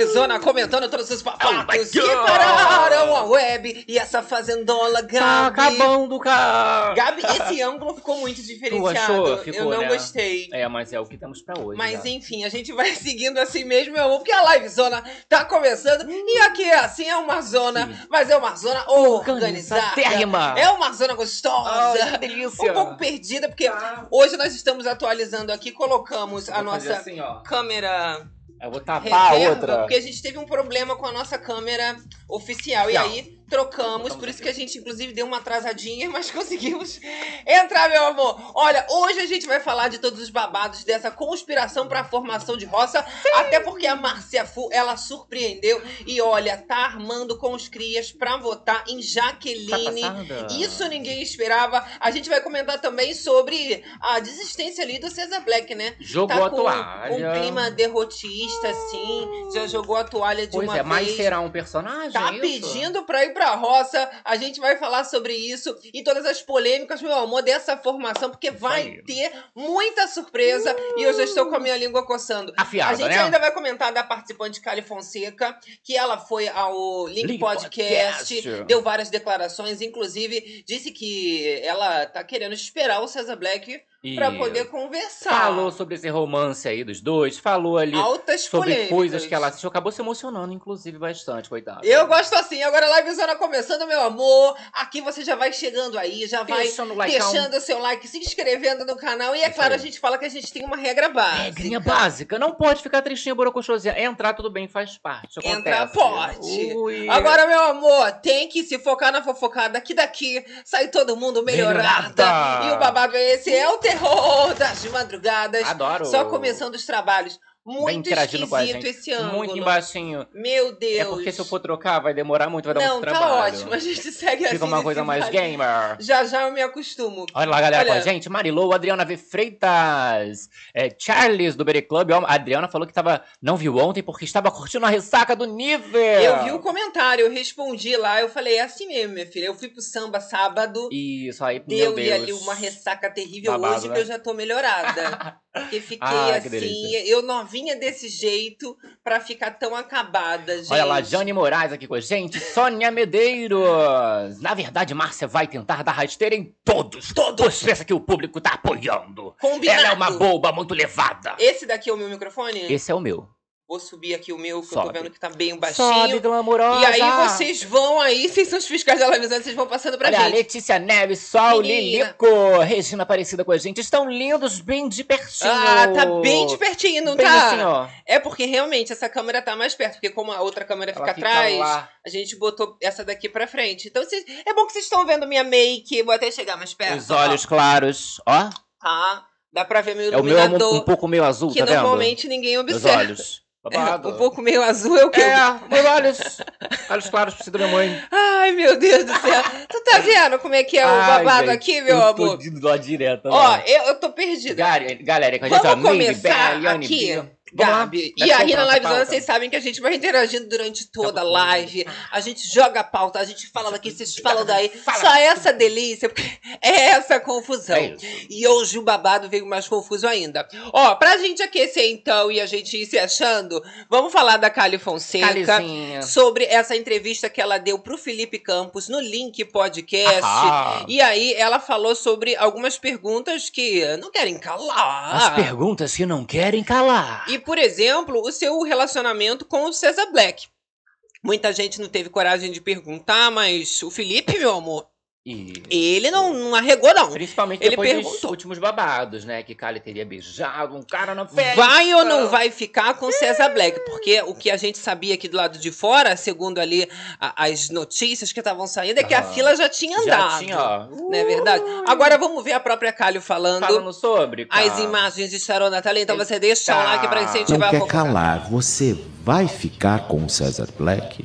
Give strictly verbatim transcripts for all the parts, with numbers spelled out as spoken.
livezona comentando todos os papatos que pararam a web e essa fazendola, Gabi. Tá acabando, cara. Gabi, esse ângulo ficou muito diferenciado. Tu achou? Ficou, eu não né? gostei. É, mas é o que temos pra hoje. Mas né? enfim, a gente vai seguindo assim mesmo, meu amor, porque a livezona tá começando. E aqui é assim, é uma zona, Sim. mas é uma zona organizada. Organizadérrima. É uma zona gostosa. Ai, que delícia. Um pouco perdida, porque hoje nós estamos atualizando aqui, colocamos a Vou fazer nossa assim, ó. câmera Eu vou tapar a reserva, outra. porque a gente teve um problema com a nossa câmera oficial. E Não. aí trocamos, Trocamos por isso aqui. que a gente inclusive deu uma atrasadinha, mas conseguimos entrar, meu amor. Olha, hoje a gente vai falar de todos os babados dessa conspiração para a formação de roça, até porque a Márcia Fu, ela surpreendeu e olha, tá armando com os crias para votar em Jaqueline. Tá passada. Isso ninguém esperava. A gente vai comentar também sobre a desistência ali do César Black, né? Jogou Tá a com toalha. um clima derrotista, assim, já jogou a toalha de Pois uma é, vez. mas será um personagem? Tá isso? pedindo pra ir pra roça, a gente vai falar sobre isso e todas as polêmicas, meu amor, dessa formação, porque vai aí. ter muita surpresa e eu já estou com a minha língua coçando. Afiada, A gente né? ainda vai comentar da participante Cali Fonseca, que ela foi ao Link, Link Podcast, Podcast. deu várias declarações, inclusive disse que ela tá querendo esperar o César Black pra E poder conversar. falou sobre esse romance aí dos dois, falou ali Altas sobre polêmicas. coisas que ela assistiu, acabou se emocionando, inclusive, bastante, coitada. Eu gosto assim. Agora a livezona começando, meu amor. Aqui você já vai chegando aí, já vai Deixando o likeão. deixando o seu like, se inscrevendo no canal. E é Isso claro, aí. a gente fala que a gente tem uma regra básica. Regrinha básica, não pode ficar tristinha, borocochosinha. Entrar, tudo bem, faz parte. Isso Entrar acontece. pode. Ui. Agora, meu amor, tem que se focar na fofocada. Que daqui sai todo mundo melhorada. Melhorada. E o babado é esse, é o terror das madrugadas. Adoro. Só começando os trabalhos. Vem Muito interagindo com a esquisito gente. esse ângulo. Muito embaixinho. Meu Deus. É porque se eu for trocar, vai demorar muito, vai dar Não, muito tá trabalho. ótimo. A gente segue assim. Fica uma nesse coisa mais vale. gamer. Já já eu me acostumo. Olha lá, galera, Olha. com a gente. Marilou, Adriana V. Freitas, é, Charles, do Berry Club. Ó, a Adriana falou que tava, não viu ontem porque estava curtindo a ressaca do nível. Eu vi o comentário, eu respondi lá, eu falei, é assim mesmo, minha filha. Eu fui pro samba sábado, Isso aí, meu deu-lhe Deus. ali uma ressaca terrível. Babado, Hoje né? que eu já tô melhorada. Porque fiquei Ah, que assim, delícia. eu novinha desse jeito pra ficar tão acabada, gente. Olha lá, Jane Moraes aqui com a gente. Sônia Medeiros. Na verdade, Márcia vai tentar dar rasteira em todos. Todos. Pois pensa que o público tá apoiando. Combinado. Ela é uma boba muito levada. Esse daqui é o meu microfone? Esse é o meu. Vou subir aqui o meu, que eu Sobe. tô vendo que tá bem baixinho. Sobe, glamourosa. E aí vocês vão aí, vocês são os fiscais da livezona, vocês vão passando pra Olha, a gente. Letícia Neves, Sol, Menina. Lilico, Regina Aparecida com a gente. Estão lindos, bem de pertinho. Ah, tá bem de pertinho, não Bem tá? assim, ó. É porque realmente essa câmera tá mais perto, porque como a outra câmera Ela fica fica atrás, lá. a gente botou essa daqui pra frente. Então vocês, é bom que vocês estão vendo minha make, vou até chegar mais perto. Os olhos claros, ó. Ó, tá? Dá pra ver meu É o meu é um, iluminador, um pouco meio azul, que tá vendo? normalmente ninguém Os observa. olhos. É, Babado. um pouco meio azul é o quê? É, meus olhos. Olhos claros, precisa da minha mãe. Ai, meu Deus do céu. Tu tá vendo como é que é o Ai, babado gente, aqui, meu eu amor? tô indo lá direto. Ó, né? eu, eu tô perdida. Galera, galera, com a gente, ó, Vamos Mili, começar Beliane, aqui, Bia. Vamos lá. Gabi. Deve E aí comprar na essa livezona pauta. vocês sabem que a gente vai interagindo durante toda a Tá bom. live. A gente joga a pauta, a gente fala daqui, vocês falam daí. Fala. Só essa delícia, porque é essa confusão. É isso. E hoje o babado veio mais confuso ainda. Ó, pra gente aquecer então e a gente ir se achando, vamos falar da Cali Fonseca. Calizinha. Sobre essa entrevista que ela deu pro Felipe Campos no Link Podcast. Ahá. E aí ela falou sobre algumas perguntas que não querem calar. As perguntas que não querem calar. E, por exemplo, o seu relacionamento com o César Black. Muita gente não teve coragem de perguntar, mas o Felipe, meu amor, E... ele não, não arregou, não. Principalmente Ele depois dos perguntou. últimos babados, né? Que Kali teria beijado um cara na festa. Vai ou não vai ficar com o César Black? Porque o que a gente sabia aqui do lado de fora, segundo ali a- as notícias que estavam saindo, é que a Aham. fila já tinha andado. Já tinha, ó. Não é verdade? Agora vamos ver a própria Calho falando. Falando sobre, cara. As imagens estarão na tela, então você deixa um Tá. like pra Não incentivar a quer fofoca. calar, você vai ficar com o César Black?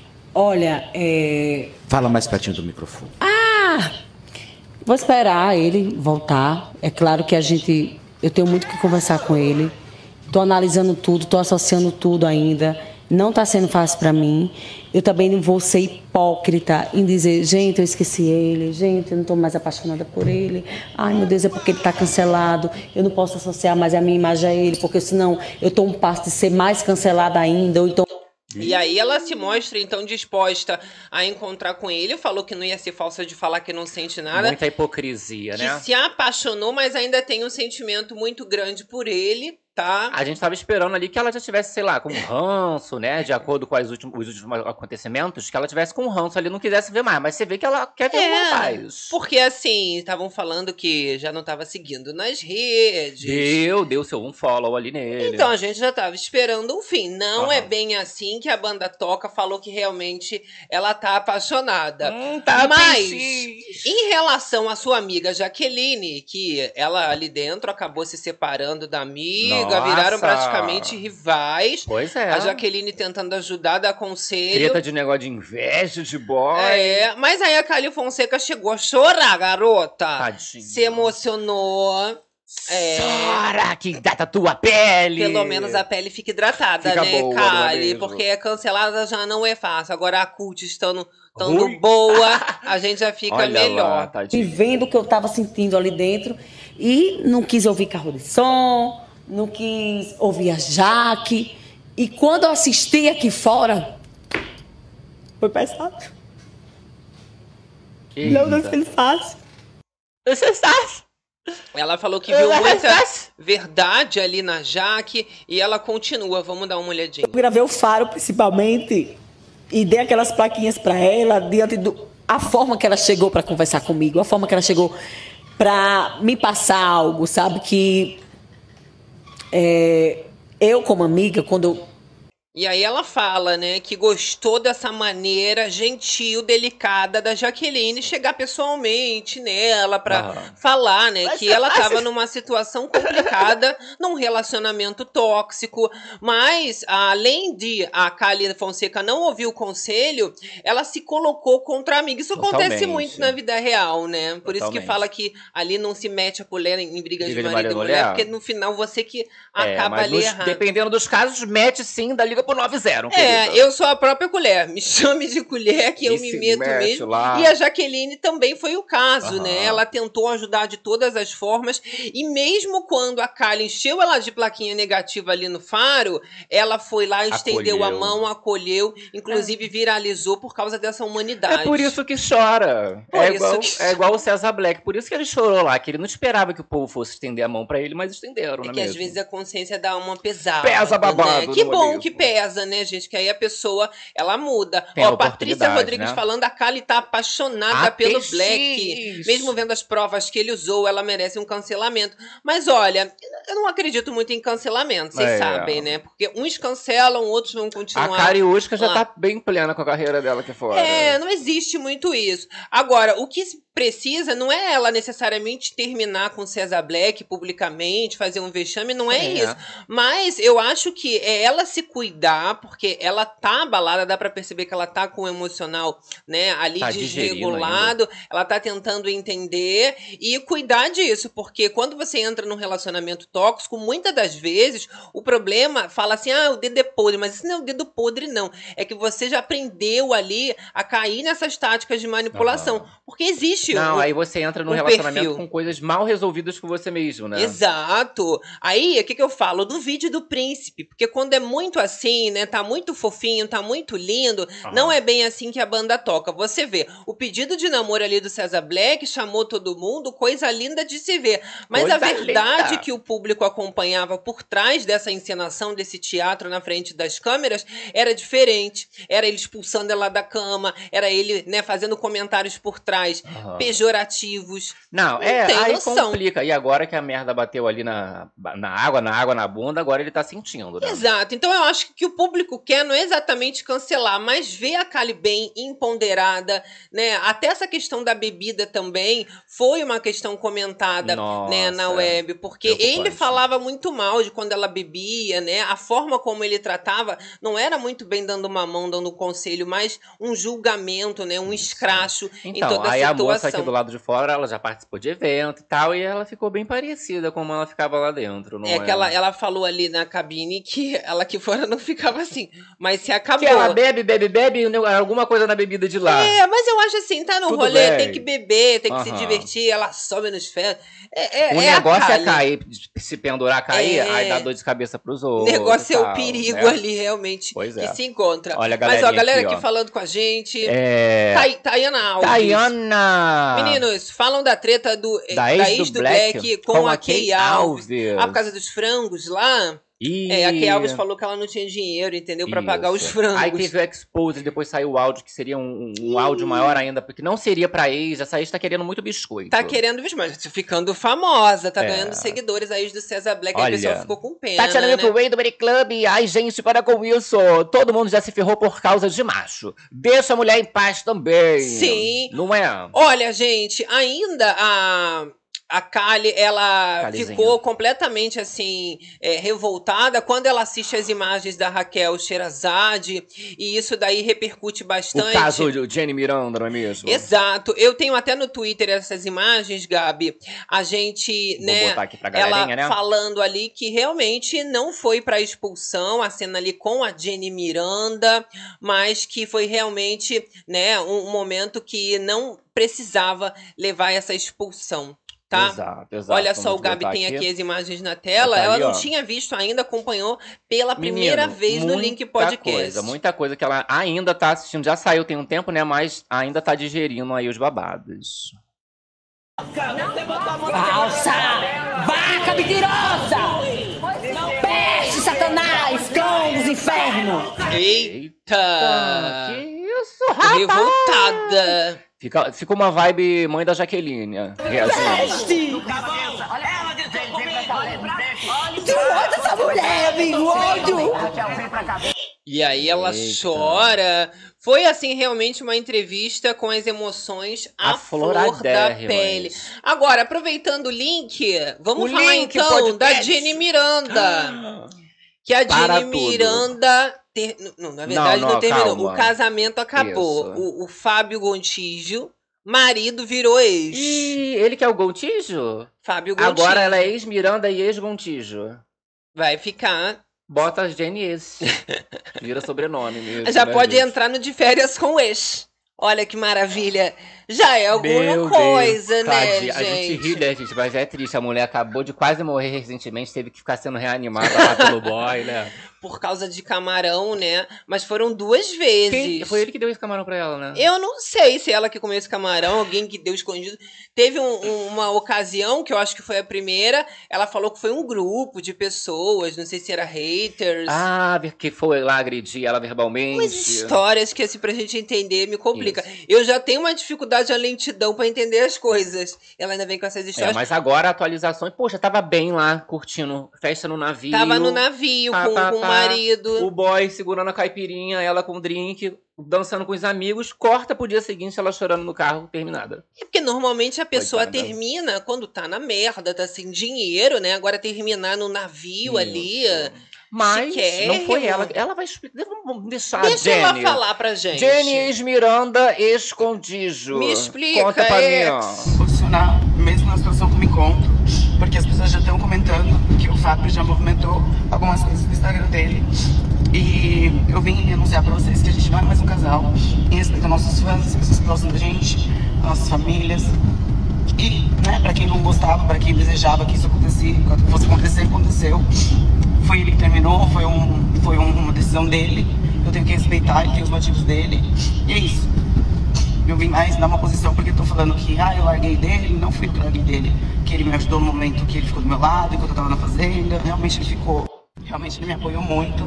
Olha, é... Fala mais pertinho do microfone. vou esperar ele voltar. É claro que a gente... Eu tenho muito que conversar com ele. Estou analisando tudo, estou associando tudo ainda. Não está sendo fácil para mim. Eu também não vou ser hipócrita em dizer, gente, eu esqueci ele, gente, eu não estou mais apaixonada por ele. Ai, meu Deus, é porque ele está cancelado. Eu não posso associar mais a minha imagem a ele, porque senão eu estou um passo de ser mais cancelada ainda, ou então E aí ela se mostra, então, disposta a encontrar com ele. Falou que não ia ser falsa de falar que não sente nada. Muita hipocrisia, que né? se apaixonou, mas ainda tem um sentimento muito grande por ele, tá? A gente tava esperando ali que ela já tivesse, sei lá, com ranço, né? De acordo com as últimos, os últimos acontecimentos, que ela tivesse com ranço ali, não quisesse ver mais. Mas você vê que ela quer ver É, o rapaz. porque assim, estavam falando que já não tava seguindo nas redes. Deu, deu seu um follow ali nele. Então a gente já tava esperando um fim. Não Aham. é bem assim que a banda toca, falou que realmente ela tá apaixonada. Hum, tá, Mas, peixes. em relação à sua amiga Jaqueline, que ela ali dentro acabou se separando da amiga, Nossa. viraram praticamente rivais. Pois é. A Jaqueline tentando ajudar, dar conselho. Treta de negócio de inveja, de boy. É, mas aí a Cali Fonseca chegou a chorar, garota. Tadinha. Se emocionou. É. Chora, que hidrata a tua pele. Pelo menos a pele fica hidratada, Fica né, boa, Cali? não é mesmo? Porque é cancelada já não é fácil. Agora a cult estando, estando Ruim. boa, a gente já fica Olha melhor. lá, E tadinha. vendo o que eu tava sentindo ali dentro. E não quis ouvir carro de som, não quis ouvir a Jaque. E quando eu assisti aqui fora, foi pesado. Não, não foi fácil. Você sabe? Ela falou que viu muita verdade ali na Jaque e ela continua. Vamos dar uma olhadinha. Eu gravei o Faro, principalmente, e dei aquelas plaquinhas pra ela, diante do... A forma que ela chegou pra conversar comigo, a forma que ela chegou pra me passar algo, sabe? Que é, eu, como amiga, quando eu... E aí ela fala, né, que gostou dessa maneira gentil, delicada da Jaqueline chegar pessoalmente nela pra Aham. falar, né, Mas que você ela acha- tava numa situação complicada, num relacionamento tóxico, mas além de a Cali Fonseca não ouvir o conselho, ela se colocou contra a amiga. Isso acontece Totalmente. muito na vida real, né? Por isso que Totalmente. fala que ali não se mete a colher em em brigas Briga de de marido e marido e mulher, mulher. porque no final você que É, acaba mas ali nos- errado. dependendo dos casos, mete sim da liga pro nove zero. É, querida. eu sou a própria colher. Me chame de colher que eu E me se meto mete mesmo. lá. E a Jaqueline também foi o caso, Aham. né? Ela tentou ajudar de todas as formas. E mesmo quando a Kali encheu ela de plaquinha negativa ali no Faro, ela foi lá, estendeu a Acolheu. mão, acolheu. Inclusive viralizou por causa dessa humanidade. É por isso que chora. Por é, isso igual, que- é igual o César Black. Por isso que ele chorou lá, que ele não esperava que o povo fosse estender a mão pra ele, mas estenderam, É não que é às mesmo? vezes a consciência dá uma pesada. Pesa babado, Né? Que não é bom mesmo? que pesa, né, gente? Que aí a pessoa, ela muda. Tem a Ó, Patrícia oportunidade, Rodrigues né? falando, a Kali tá apaixonada Ah, pelo peixes. Black. Mesmo vendo as provas que ele usou, ela merece um cancelamento. Mas olha, eu não acredito muito em cancelamento, vocês É. sabem, né? Porque uns cancelam, outros vão A continuar. Cariúsca já lá. tá bem plena com a carreira dela aqui fora. É, não existe muito isso. Agora, o que se precisa não é ela necessariamente terminar com César Black publicamente, fazer um vexame, não é, É. isso. Mas eu acho que é ela se cuidar, porque ela tá abalada, dá pra perceber que ela tá com o emocional, né, ali Tá digerindo desregulado, ela tá tentando entender e cuidar disso, porque quando você entra num relacionamento tóxico, muitas das vezes o problema fala assim, ah, o dedo é podre, mas isso não é o dedo podre, não. É que você já aprendeu ali a cair nessas táticas de manipulação, Aham. porque existe Não, um- aí você entra num um relacionamento perfil. com coisas mal resolvidas com você mesmo, né? Exato. Aí, o que, que eu falo? Do vídeo do príncipe. Porque quando é muito assim, né? Tá muito fofinho, tá muito lindo. Aham. Não é bem assim que a banda toca. Você vê, o pedido de namoro ali do César Black chamou todo mundo, coisa linda de se ver. Mas a Coisa verdade linda. que o público acompanhava por trás dessa encenação, desse teatro na frente das câmeras, era diferente. Era ele expulsando ela da cama, era ele, né, fazendo comentários por trás, Aham. pejorativos. Não, Não é, tem aí noção. complica. E agora que a merda bateu ali na, na água, na água, na bunda, agora ele tá sentindo, né? Exato. Então eu acho que o que o público quer não é exatamente cancelar, mas ver a Kali bem empoderada, né? Até essa questão da bebida também foi uma questão comentada, Nossa, né, na web, porque ele preocupante. falava muito mal de quando ela bebia, né? A forma como ele tratava não era muito bem dando uma mão, dando um conselho, mas um julgamento, né? Um escracho em Então, toda a aí situação. a moça aqui do lado de fora, ela já participou de evento e tal, e ela ficou bem parecida como ela ficava lá dentro, não É é? que ela, ela falou ali na cabine que ela aqui fora não ficava assim, mas se acabou. Que ela bebe, bebe, bebe, e alguma coisa na bebida de lá. É, mas eu acho assim, tá no Tudo rolê, bem. tem que beber, tem que se Aham. divertir, ela sobe nos ferros. É, é, O é a negócio é Kali. cair se pendurar, cair, É. aí dá dor de cabeça pros O outros. negócio é o tal, perigo né? ali, realmente, Pois que é. se encontra. Olha a Mas, ó, a galerinha galera aqui, aqui, ó. falando com a gente. É... Tai- Tayana Alves. Tayana! Meninos, falam da treta do, Da da ex ex do do Black Black com, a Kay Alves. Alves. Ah, por causa dos frangos lá? E... É, a Kay Alves falou que ela não tinha dinheiro, entendeu? Pra pagar os Isso. frangos. Aí teve o expose e depois saiu o áudio, que seria um, um áudio maior ainda, porque não seria pra ex. Essa ex tá querendo muito biscoito. Tá querendo, mas tá ficando famosa, tá É. ganhando seguidores aí do César Black, aí Olha, o pessoal ficou com pena, Tatiana né? Milk Way do Mary Club. Ai, gente, para com isso. Todo mundo já se ferrou por causa de macho. Deixa a mulher em paz também. Sim. Não é? Olha, gente, ainda a... A Kali, ela Kalizinha. ficou completamente, assim, é, revoltada quando ela assiste as imagens da Raquel Sherazade, e isso daí repercute bastante. O caso de Jenny Miranda, não é mesmo? Exato. Eu tenho até no Twitter essas imagens, Gabi. A gente, Vou né, botar aqui pra ela galerinha, né? falando ali que realmente não foi pra expulsão, a cena ali com a Jenny Miranda, mas que foi realmente, né, um, um momento que não precisava levar essa expulsão. Tá? Exato, exato. Olha só, Vamos o Gabi botar tem aqui. aqui as imagens na tela. Botar Ela ali, não ó. tinha visto ainda, acompanhou pela primeira Menino, vez no Link Podcast. Coisa, muita coisa que ela ainda tá assistindo. Já saiu tem um tempo, né? Mas ainda tá digerindo aí os babados. Falsa! Vaca mentirosa! Peste, Satanás! Cão dos infernos! Eita! Ah, que isso, Tô rapaz! revoltada! Fica, fica uma vibe mãe da Jaqueline. Reagindo. Peste! Que ódio essa mulher, amigo! Ódio! E aí ela Eita. chora. Foi, assim, realmente uma entrevista com as emoções à flor da Afloradérrimas. pele. Agora, aproveitando o link, vamos O falar link, então podcast. da Jenny Miranda. Que a Para Jenny tudo. Miranda... ter- Não, na verdade não, Não, não, terminou. calma. O casamento acabou. Isso. O, o Fábio Gontijo, marido, virou ex. E ele que é o Gontijo? Fábio Gontijo. Agora ela é ex-Miranda e ex-Gontijo. Vai ficar... Bota as Jenny ex. Vira sobrenome mesmo. Já né, pode gente? entrar no de férias com o ex. Olha que maravilha. Já é alguma Meu coisa, Deus, né, tadinha. A gente ri, né, gente? Mas é triste. A mulher acabou de quase morrer recentemente. Teve que ficar sendo reanimada lá pelo boy, né? Por causa de camarão, né? Mas foram duas vezes. Quem, foi ele que deu esse camarão pra ela, né? Eu não sei se ela que comeu esse camarão, alguém que deu escondido. Teve um- um- uma ocasião, que eu acho que foi a primeira, ela falou que foi um grupo de pessoas, não sei se era haters. Ah, que foi lá agredir ela verbalmente. Umas histórias que, assim, pra gente entender, me complica. Eu já tenho uma dificuldade, a lentidão pra entender as coisas. Ela ainda vem com essas É, histórias. mas agora a atualização. Poxa, tava bem lá, curtindo festa no navio. Tava no navio Pá, com, pá, com o pá. marido. O boy segurando a caipirinha, ela com o drink, dançando com os amigos. Corta pro dia seguinte ela chorando no carro, terminada. É porque normalmente a pessoa Coitada. termina quando tá na merda, tá sem dinheiro, né? Agora terminar no navio ali. Isso. Mas chiquérrimo. não foi ela. Ela vai explicar. Vamos deixar Deixa a ela Jenny. falar pra gente. Jenny ex-Miranda, ex-Contígio. Me explica, Conta pra mim, ex. ó. Posicionar, mesmo na situação que eu me encontro, porque as pessoas já estão comentando que o Fábio já movimentou algumas coisas do Instagram dele. E eu vim anunciar pra vocês que a gente não é mais um casal, em respeito aos nossos fãs, as pessoas que gostam da gente, as nossas famílias. E, né, pra quem não gostava, pra quem desejava que isso acontecesse, que fosse acontecer, aconteceu. Foi ele que terminou, foi, um, foi um- uma decisão dele. Eu tenho que respeitar, ele tem os motivos dele. E é isso. Eu vim mais dar uma posição porque eu tô falando que, ah, eu larguei dele, não fui eu que larguei dele. Que ele me ajudou no momento que ele ficou do meu lado, enquanto eu tava na fazenda. Realmente ele ficou, realmente ele me apoiou muito.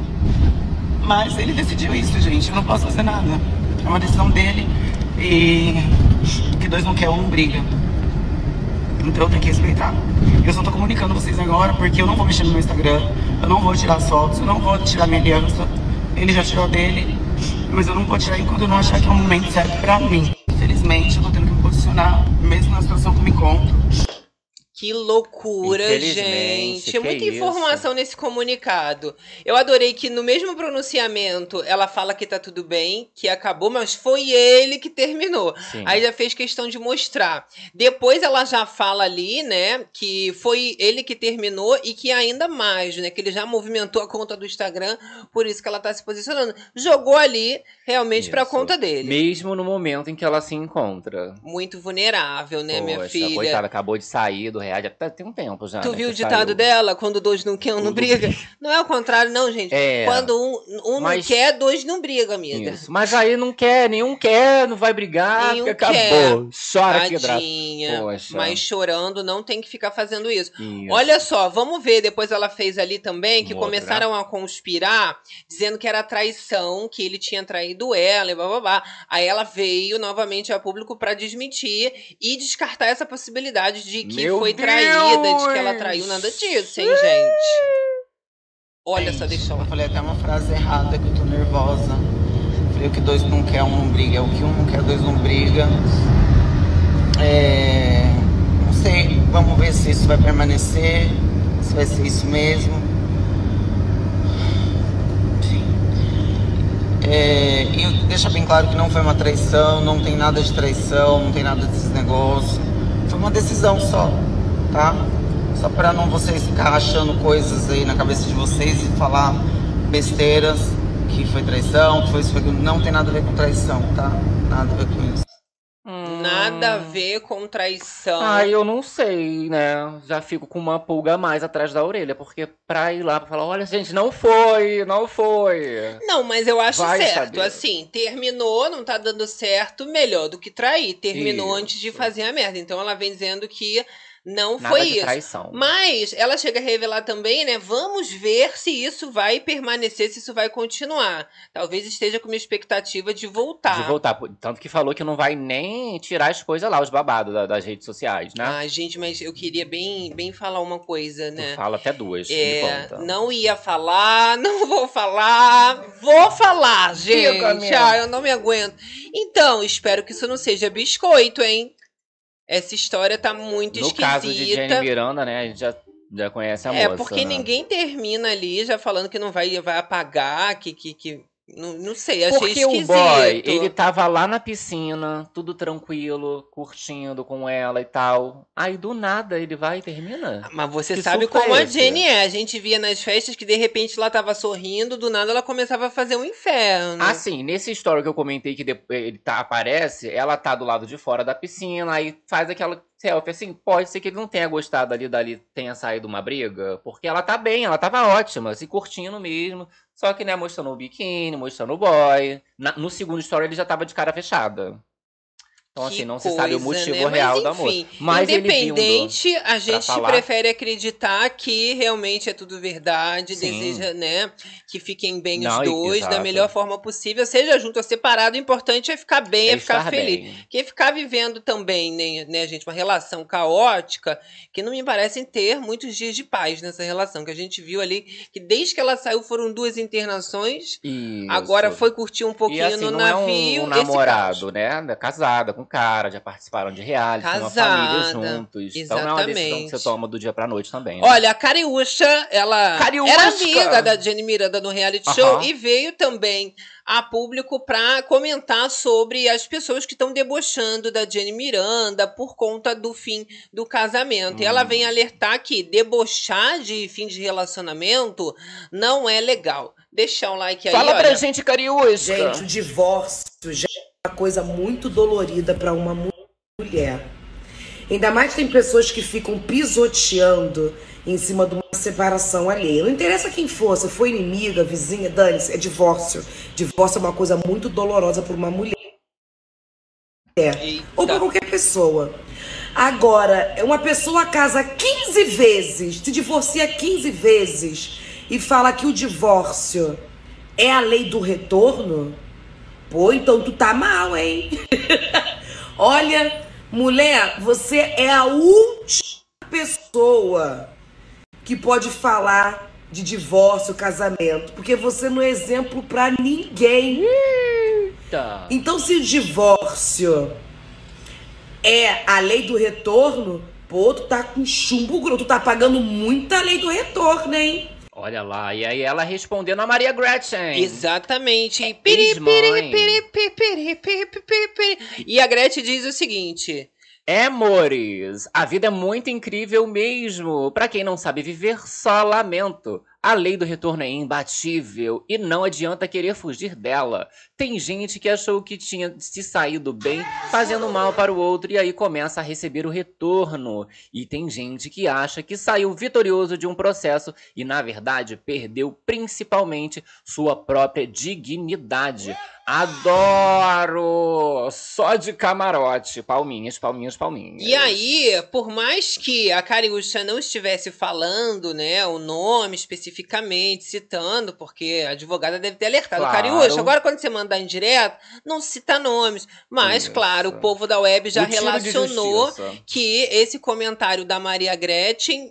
Mas ele decidiu isso, gente, eu não posso fazer nada. É uma decisão dele e que dois não quer, um não briga. Então eu tenho que respeitar. Eu só tô comunicando vocês agora porque eu não vou mexer no meu Instagram, eu não vou tirar as fotos, eu não vou tirar minha aliança. Ele já tirou dele, mas eu não vou tirar enquanto eu não achar que é o momento certo pra mim. Infelizmente, eu tô tendo que me posicionar, mesmo na situação que eu me encontro. Que loucura, Infelizmente, gente. que Muita isso. informação nesse comunicado. Eu adorei que no mesmo pronunciamento ela fala que tá tudo bem, que acabou, mas foi ele que terminou. Sim. Aí já fez questão de mostrar. Depois ela já fala ali, né, que foi ele que terminou e que ainda mais, né, que ele já movimentou a conta do Instagram, por isso que ela tá se posicionando. Jogou ali realmente pra Isso. conta dele. Mesmo no momento em que ela se encontra. Muito vulnerável, né, minha Poxa, filha? coitada, acabou de sair do reais, até tem um tempo já. Tu né, viu o que ditado saiu. dela? Quando dois não querem, um não Tudo briga? Não é o contrário, não, gente. É. Quando um, um Mas- não quer, dois não brigam, amiga. Isso. Mas aí não quer, nenhum quer, não vai brigar, Nenhum porque acabou. Chora que Tadinha. Poxa. Mas chorando não tem que ficar fazendo isso. Isso. Olha só, vamos ver. Depois ela fez ali também que Outra. começaram a conspirar, dizendo que era traição, que ele tinha traído ela e blá blá blá. Aí ela veio novamente a público pra desmentir e descartar essa possibilidade de que Meu foi traída, de que ela Deus! traiu, nada disso, hein, gente? Olha só, deixa eu Eu falei até uma frase errada que eu tô nervosa. Falei o que dois não quer, um não briga. O que um não quer, dois não briga. É... Não sei, vamos ver se isso vai permanecer, se vai ser isso mesmo. É... E deixa bem claro que não foi uma traição, não tem nada de traição, não tem nada desses negócios. Foi uma decisão só, tá? Só pra não vocês ficar achando coisas aí na cabeça de vocês e falar besteiras, que foi traição, que foi isso, foi aquilo. Não tem nada a ver com traição, tá? Nada a ver com isso. Hum. nada a ver com traição. Ah, eu não sei, né? Já fico com uma pulga a mais atrás da orelha, porque pra ir lá pra falar, olha, gente, não foi, não foi. Não, mas eu acho Vai certo. saber. Assim, terminou, não tá dando certo, melhor do que trair. Terminou Isso. antes de fazer a merda. Então ela vem dizendo que não Nada foi de isso. traição. Mas ela chega a revelar também, né? Vamos ver se isso vai permanecer, se isso vai continuar. Talvez esteja com uma expectativa de voltar. De voltar. Tanto que falou que não vai nem tirar as coisas lá, os babados da- das redes sociais, né? Ai, gente, mas eu queria bem, bem falar uma coisa, Tu né? fala até duas, me É, conta. não ia falar, não vou falar, vou falar, Fica gente. mesmo. Ah, eu não me aguento. Então, espero que isso não seja biscoito, hein? Essa história tá muito No esquisita. caso de Jenny Miranda, né, a gente já, já conhece a É, moça, porque né? ninguém termina ali já falando que não vai, vai apagar, que, que, que não, não sei, achei Porque esquisito. o boy, ele tava lá na piscina, tudo tranquilo, curtindo com ela e tal. Aí do nada ele vai e termina. Mas você Que sabe surto é como a esse? Jenny é. A gente via nas festas que de repente ela tava sorrindo, do nada ela começava a fazer um inferno. Assim, nesse story que eu comentei que depois ele tá, aparece, ela tá do lado de fora da piscina, aí faz aquela selfie, assim, pode ser que ele não tenha gostado ali, dali tenha saído uma briga, porque ela tá bem, ela tava ótima, se curtindo mesmo, só que, né, mostrando o biquíni, mostrando o boy. Na- no segundo story ele já tava de cara fechada. Então, Que assim, não se sabe o coisa, motivo né? real Mas, da moça. enfim, Mas ele vindo independente, a gente falar. prefere acreditar que realmente é tudo verdade, Sim. deseja, né, que fiquem bem Não, os e- dois da exato. melhor forma possível, seja junto ou separado, o importante é ficar bem, é, é ficar estar feliz. bem. Porque ficar vivendo também, né, né, gente, uma relação caótica, que não me parecem ter muitos dias de paz nessa relação, que a gente viu ali, que desde que ela saiu foram duas internações, Isso. agora foi curtir um pouquinho E assim, no não navio, é um, um esse namorado, né? Casada com cara, já participaram de reality, tem uma família Casada, juntos. Então não é uma decisão que exatamente. você toma do dia pra noite também, né? Olha, a Cariúcha, ela Cariúcha! era amiga da Jenny Miranda no reality Aham. show e veio também a público para comentar sobre as pessoas que estão debochando da Jenny Miranda por conta do fim do casamento. E ela Hum. vem alertar que debochar de fim de relacionamento não é legal. Deixa um like aí, Fala olha. pra gente, Cariúcha! Gente, o divórcio já é uma coisa muito dolorida para uma mu- mulher. Ainda mais tem pessoas que ficam pisoteando em cima de uma separação alheia. Não interessa quem for, se for inimiga, vizinha, dane-se, é divórcio. Divórcio é uma coisa muito dolorosa para uma mulher. Eita. Ou para qualquer pessoa. Agora, uma pessoa casa quinze vezes, se divorcia quinze vezes e fala que o divórcio é a lei do retorno, pô, então tu tá mal, hein? Olha, mulher, você é a última pessoa que pode falar de divórcio, casamento, porque você não é exemplo pra ninguém. Eita. Então, se o divórcio é a lei do retorno, pô, tu tá com chumbo grosso, tu tá pagando muita lei do retorno, hein? Olha lá, e aí ela respondendo a Maria Gretchen. Exatamente. É Piri, ex-mãe. piri, piri, piri, piri, piri, piri, piri. E a Gretchen diz o seguinte: É, amores, a vida é muito incrível mesmo. Pra quem não sabe viver, só lamento. A lei do retorno é imbatível e não adianta querer fugir dela. Tem gente que achou que tinha se saído bem fazendo mal para o outro e aí começa a receber o retorno. E tem gente que acha que saiu vitorioso de um processo e, na verdade, perdeu principalmente sua própria dignidade. Adoro! Só de camarote. Palminhas, palminhas, palminhas. E aí, por mais que a Cariúcha não estivesse falando, né, o nome especificamente, citando, porque a advogada deve ter alertado. Claro. Cariúcha, agora quando você mandar em direto, não cita nomes. Mas, Isso. claro, o povo da web já O tiro de relacionou justiça. que esse comentário da Maria Gretchen,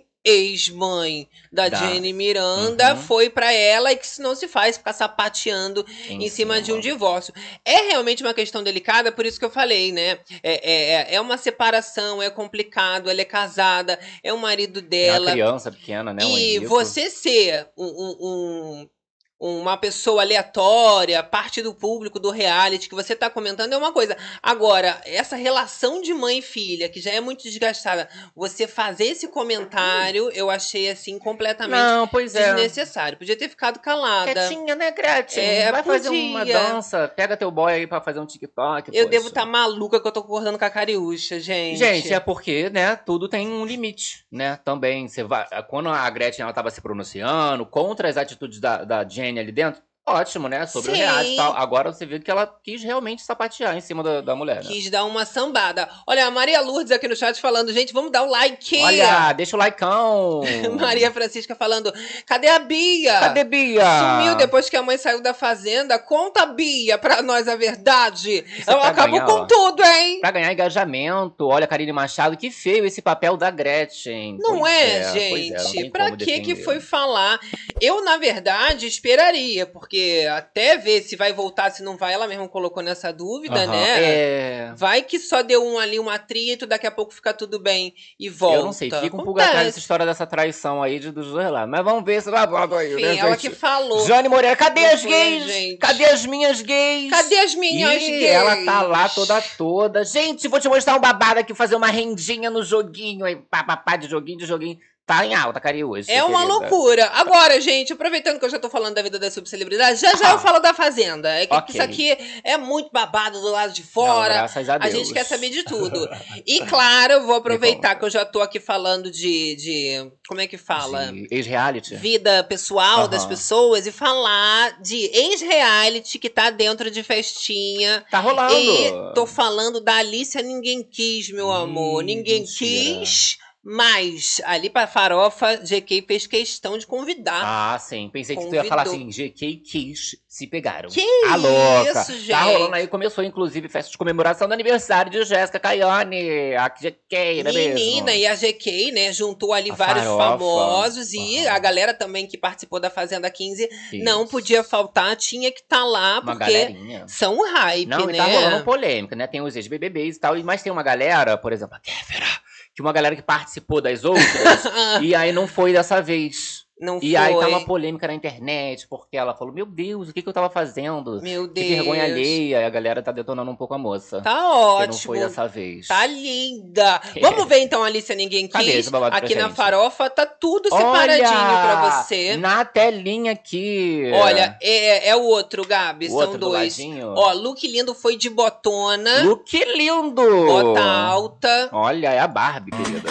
ex-mãe da, Da- Jenny Miranda, Uhum. foi pra ela e que isso não se faz ficar sapateando em, cima de um divórcio. É realmente uma questão delicada, por isso que eu falei, né? É, é, é uma separação, é complicado, ela é casada, é o marido É uma dela. criança pequena, né? um E Henrico. você ser um, um- um- uma pessoa aleatória, parte do público do reality que você tá comentando é uma coisa. Agora, essa relação de mãe e filha, que já é muito desgastada, você fazer esse comentário, eu achei assim completamente Não, pois é. desnecessário. Podia ter ficado calada. Quietinha, né, Gretchen? É, Vai fazer uma podia. dança, pega teu boy aí pra fazer um TikTok. Eu poxa. devo estar maluca que eu tô concordando com a Cariúcha, gente. Gente, é porque, né, tudo tem um limite, né, também. Você vai, quando a Gretchen, ela tava se pronunciando contra as atitudes da, da Jenny ali dentro, ótimo, né, sobre Sim. o reality e tal. Agora você vê que ela quis realmente sapatear em cima da, da mulher, né? Quis dar uma sambada. Olha, a Maria Lourdes aqui no chat falando, gente, vamos dar o like. Olha, deixa o likeão. Maria Francisca falando, cadê a Bia? Cadê Bia? Sumiu depois que a mãe saiu da fazenda. Conta a Bia pra nós a verdade. Isso Ela pra acabou ganhar, com ó. tudo, hein? Pra ganhar engajamento. Olha, Karine Machado, que feio esse papel da Gretchen. Não Pois é, pois é, não gente? tem Pra como que que defender. foi falar? Eu, na verdade, esperaria, porque até ver se vai voltar, se não vai, ela mesma colocou nessa dúvida, Aham, né? É... Vai que só deu um ali, um atrito, daqui a pouco fica tudo bem e volta. Eu não sei, fica um pouco atrás dessa história dessa traição aí de, dos dois lá. Mas vamos ver se vai volta aí, Enfim, né, ela gente? que falou. Jane Moreira, cadê Não as foi, gays? gente. Cadê as minhas gays? Cadê as minhas Ih, gays? ela tá lá toda toda. Gente, vou te mostrar um babado aqui, fazer uma rendinha no joguinho aí, papapá de joguinho, de joguinho. Tá em alta, Cariúcha. É uma querida. loucura. Agora, gente, aproveitando que eu já tô falando da vida das subcelebridades, já já Ah. eu falo da Fazenda. É que Ok. isso aqui é muito babado do lado de Não, fora. graças a A Deus. gente quer saber de tudo. E claro, eu vou aproveitar conta. que eu já tô aqui falando de. de como é que fala? De ex-reality. Vida pessoal Aham. das pessoas e falar de ex-reality que tá dentro de festinha. Tá rolando. E tô falando da Alicia Ninguém Quis, meu amor. Ih, Ninguém mentira. quis, mas ali pra farofa, G K fez questão de convidar. Ah, sim. Pensei que tu ia falar Convidou. assim, G K quis, se pegaram. Que A louca. isso, gente? Tá rolando aí, começou inclusive festa de comemoração do aniversário de Jéssica Caiane, a G K, não é mesmo? Menina, e a G K, né, juntou ali A vários farofa. famosos e Aham. a galera também que participou da Fazenda quinze Isso. não podia faltar, tinha que estar lá, Uma porque galerinha. são um hype, Não, né? e tá rolando polêmica, né? Tem os ex-B B Bs e tal, mas tem uma galera, por exemplo, a Kéfera, que uma galera que participou das outras, e aí não foi dessa vez. Não E foi. aí tá uma polêmica na internet, porque ela falou, meu Deus, o que, que eu tava fazendo? Meu Que Deus. vergonha alheia, e a galera tá detonando um pouco a moça. Tá Que ótimo. não foi dessa vez. Tá linda. Vamos ver então, Alicia Ninguém Cadê Quis. esse babado pra Aqui na gente? farofa tá tudo separadinho pra você. Na telinha aqui. Olha, é, é o outro, Gabi. O São outro do dois. ladinho. Ó, look lindo foi de botona. Look lindo! Bota alta. Olha, é a Barbie, querida.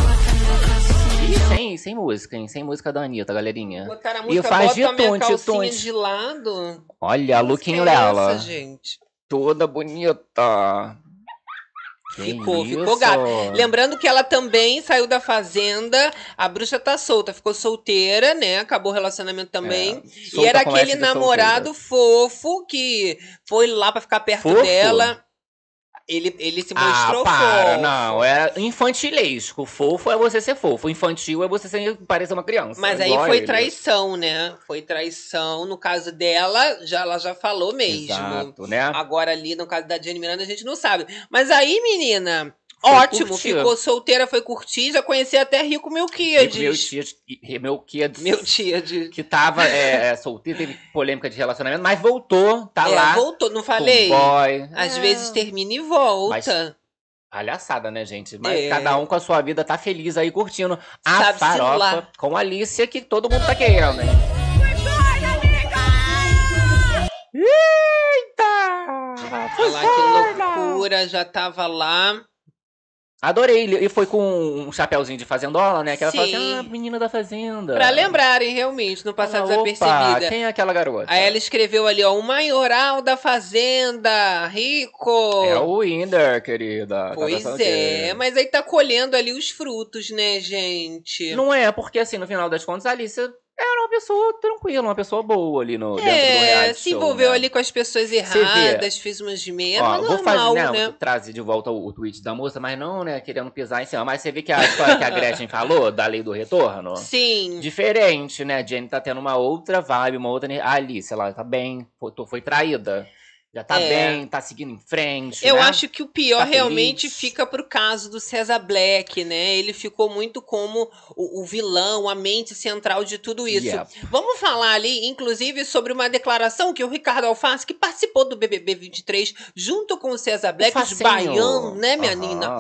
E sem, sem música, hein? Sem música da Anitta, galerinha. Botaram a E música, faz bota de a minha tonte, calcinha tonte. de lado. Olha, lookinho Que é dela. essa, gente? Toda bonita. Que Ficou, isso? ficou gato. Lembrando que ela também saiu da Fazenda. A bruxa tá solta, ficou solteira, né? Acabou o relacionamento também. É, e solta era com aquele S de namorado fofo que foi lá pra ficar perto Fofo? dela. Ele, ele se mostrou Ah, para, fofo. não. É infantilesco. Fofo é você ser fofo. Infantil é você ser, parecer uma criança. Mas aí igual a foi ele. traição, né? Foi traição. No caso dela, já, ela já falou mesmo. Exato, né? Agora ali, no caso da Jenny Miranda, a gente não sabe. Mas aí, menina, Foi ótimo. curtir. Ficou solteira, foi curtir. Já conheci até Rico Melquiades. Meu tia, meu tia, Meu tia de... que tava é, solteiro, teve polêmica de relacionamento, mas voltou, tá é, lá. voltou, não falei? Com boy. Às É. vezes termina e volta. Mas Palhaçada, né, gente? Mas É. cada um com a sua vida tá feliz aí, curtindo a Sabe farofa simular. com a Alicia, que todo mundo tá querendo, hein? Eita! Foi Olha lá que loucura, já tava lá. Adorei, e foi com um chapéuzinho de fazendola, né? Que ela falou Sim. assim, ah, menina da fazenda. Pra lembrarem, realmente, não passar Ela, opa, desapercebida. quem é aquela garota? Aí ela escreveu ali, ó, o maioral da fazenda, rico. É o Winder, querida. Tá Pois pensando é, que- mas aí tá colhendo ali os frutos, né, gente? Não é, porque assim, no final das contas, a Alicia era uma pessoa tranquila, uma pessoa boa ali no, dentro do É, reality se show, envolveu né? ali com as pessoas vê. erradas, fez umas merdas, Ó, mas vou fazer, normal, né, né? trazer de volta o, o tweet da moça, mas não, né, querendo pisar em cima. Mas você vê que a história que a Gretchen falou, da lei do retorno, Sim. diferente, né? A Jenny tá tendo uma outra vibe, uma outra... A Alice, ela tá bem, foi, foi traída. Já tá É. bem, tá seguindo em frente, Eu né? acho que o pior Tá realmente feliz. fica pro caso do César Black, né? Ele ficou muito como o, o vilão, a mente central de tudo isso. Yeah. Vamos falar ali, inclusive, sobre uma declaração que o Ricardo Alface, que participou do B B B vinte e três, junto com o César Black, os Facinho. baianos, né, minha Aham. Nina?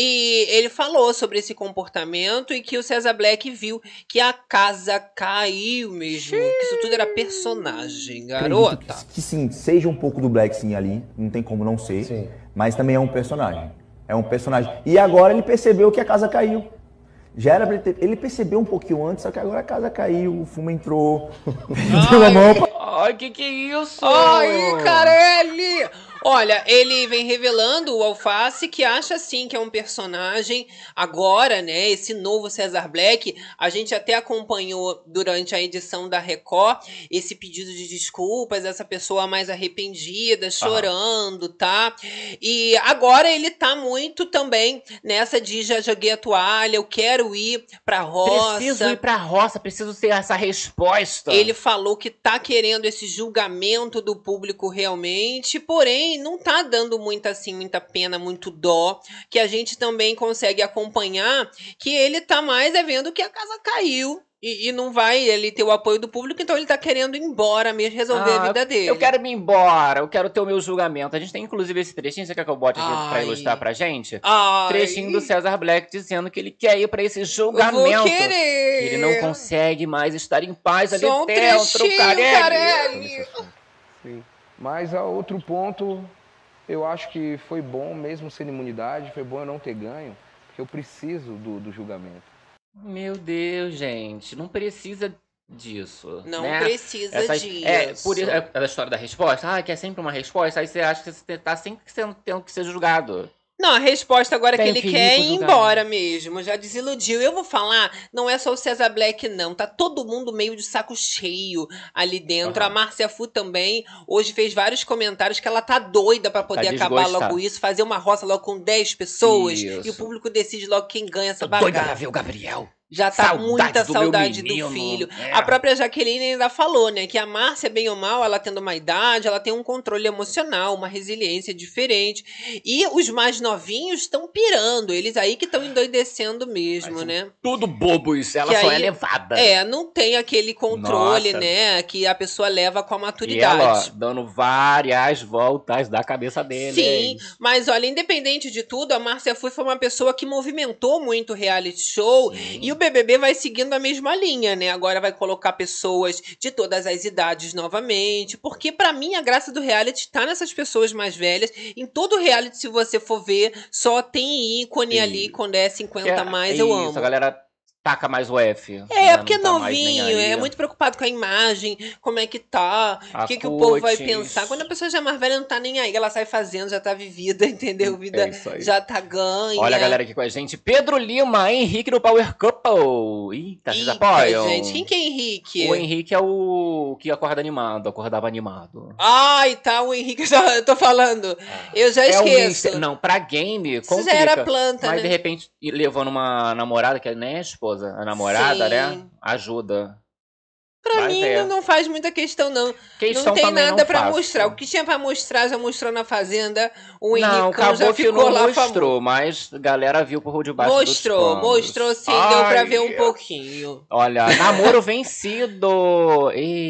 E ele falou sobre esse comportamento e que o César Black viu que a casa caiu mesmo. Que isso tudo era personagem, garota. Acredito que, que sim, seja um pouco do Black sim ali, não tem como não ser, Sim. mas também é um personagem. É um personagem. E agora ele percebeu que a casa caiu. Já era pra ele ter, ele percebeu um pouquinho antes, só que agora a casa caiu, o fumo entrou, deu a mão pra... Ai, que que é isso? Ai, Carelli! Olha, ele vem revelando o Alface que acha assim que é um personagem agora, né? Esse novo César Black. A gente até acompanhou durante a edição da Record esse pedido de desculpas, essa pessoa mais arrependida, chorando, tá? E agora ele tá muito também nessa de já joguei a toalha, eu quero ir pra roça. Preciso ir pra roça, preciso ter essa resposta. Ele falou que tá querendo esse julgamento do público realmente, porém não tá dando muita assim, muita pena, muito dó, que a gente também consegue acompanhar que ele tá mais é vendo que a casa caiu e, e não vai ele ter o apoio do público, então ele tá querendo ir embora mesmo, resolver Ah, a vida dele. Eu quero me embora, eu quero ter o meu julgamento. A gente tem inclusive esse trechinho, você quer que eu bote aqui Ai. pra ilustrar pra gente? Ai, Trechinho do César Black dizendo que ele quer ir pra esse eu julgamento. vou querer. Que ele não consegue mais estar em paz ali Só um dentro, trechinho, Carelli. Carelli. Sim. Mas a outro ponto, eu acho que foi bom, mesmo sendo imunidade, foi bom eu não ter ganho, porque eu preciso do, do julgamento. Meu Deus, gente, não precisa disso. Não né? precisa Essa- disso. É, por isso, é, a história da resposta, ah, que é sempre uma resposta, aí você acha que você tá sempre sendo, tendo que ser julgado. Não, a resposta agora Tem que ele que ir quer é pro ir julgamento. embora mesmo. Já desiludiu. Eu vou falar, não é só o César Black, não. Tá todo mundo meio de saco cheio ali dentro. Aham. A Márcia Fu também hoje fez vários comentários que ela tá doida pra poder Tá acabar desgostada. logo isso, fazer uma roça logo com dez pessoas Isso. e o público decide logo quem ganha essa Tô doida pra bagaça. ver o Gabriel. Já tá Saudade muita do meu saudade do menino. filho. É. A própria Jaqueline ainda falou, né, que a Márcia, bem ou mal, ela tendo uma idade, ela tem um controle emocional, uma resiliência diferente. E os mais novinhos estão pirando, eles aí que estão endoidecendo mesmo, Mas, né? Tudo bobos, ela Que só aí- é levada. É, não tem aquele controle, Nossa. né, que a pessoa leva com a E ela, ó, maturidade. dando várias voltas da cabeça dele. Sim, hein? mas olha, independente de tudo, a Márcia Fu foi uma pessoa que movimentou muito o reality show e o B B B vai seguindo a mesma linha, né? Agora vai colocar pessoas de todas as idades novamente, porque pra mim a graça do reality tá nessas pessoas mais velhas. Em todo reality, se você for ver, só tem ícone Sim. ali quando é cinquenta Que a é- mais, é eu isso, amo. a galera taca mais o F. É, né? porque é Não tá mais nem novinho, aí. é muito preocupado com a imagem, como é que tá, o A que, que o povo vai cutis. pensar. Quando a pessoa já é mais velha, não tá nem aí, ela sai fazendo, já tá vivida, entendeu? Vida É isso aí. já tá ganha. Olha a galera aqui com a gente. Pedro Lima, Henrique no Power Couple. Eita, vocês Eita, apoiam? gente, quem que é Henrique? O Henrique é o que acorda animado, acordava animado. Ai, tá, o Henrique, já, eu tô falando. Eu já É o esqueço. mister... Não, pra game, Isso complica. já era planta, Mas né? de repente, ir levando uma namorada, que nem é a esposa, a namorada, Sim. né? Ajuda. Pra Mas mim, é. não faz muita questão, não. Questão não tem também nada não pra faço. mostrar. O que tinha pra mostrar, já mostrou na Fazenda. O Não, Henricão acabou já que ficou não lá mostrou, famoso. mas a galera viu por debaixo Mostrou, dos panos. mostrou sim, deu pra Ai, ver um pouquinho. Olha, namoro vencido. Eita.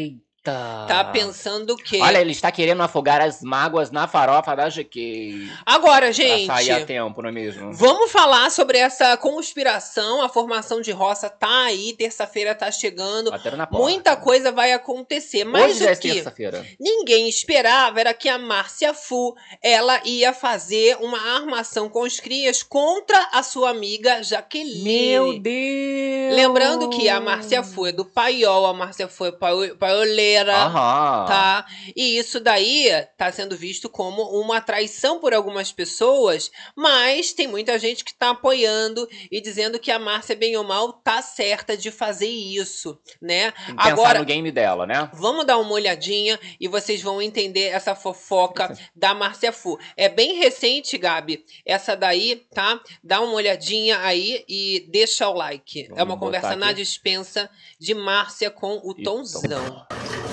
Tá pensando o quê? Olha, ele está querendo afogar as mágoas na farofa da G K. Agora, gente... Pra sair a tempo, não é mesmo? Vamos falar sobre essa conspiração. A formação de roça tá aí. Terça-feira tá chegando. Na porta. Muita coisa vai acontecer. Mas Hoje já é o que terça-feira. ninguém esperava era que a Márcia Fu, ela ia fazer uma armação com os crias contra a sua amiga Jaqueline. Meu Deus! Lembrando que a Márcia Fu é do Paiol, a Márcia Fu é paioleira. Aham. Tá? E isso daí tá sendo visto como uma traição por algumas pessoas, mas tem muita gente que tá apoiando e dizendo que a Márcia, bem ou mal, tá certa de fazer isso, né? Tem que pensar Agora, no game dela, né? vamos dar uma olhadinha e vocês vão entender essa fofoca da Márcia Fu. É bem recente, Gabi, essa daí, tá? Dá uma olhadinha aí e deixa o like. Vamos é uma conversa botar na aqui. dispensa de Márcia com o E Tonzão.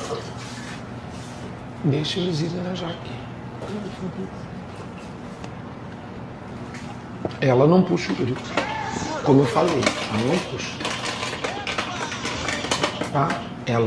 Deixa eles irem na Jaque. Ela não puxa o grito. Como eu falei, não puxa. Tá? Ela.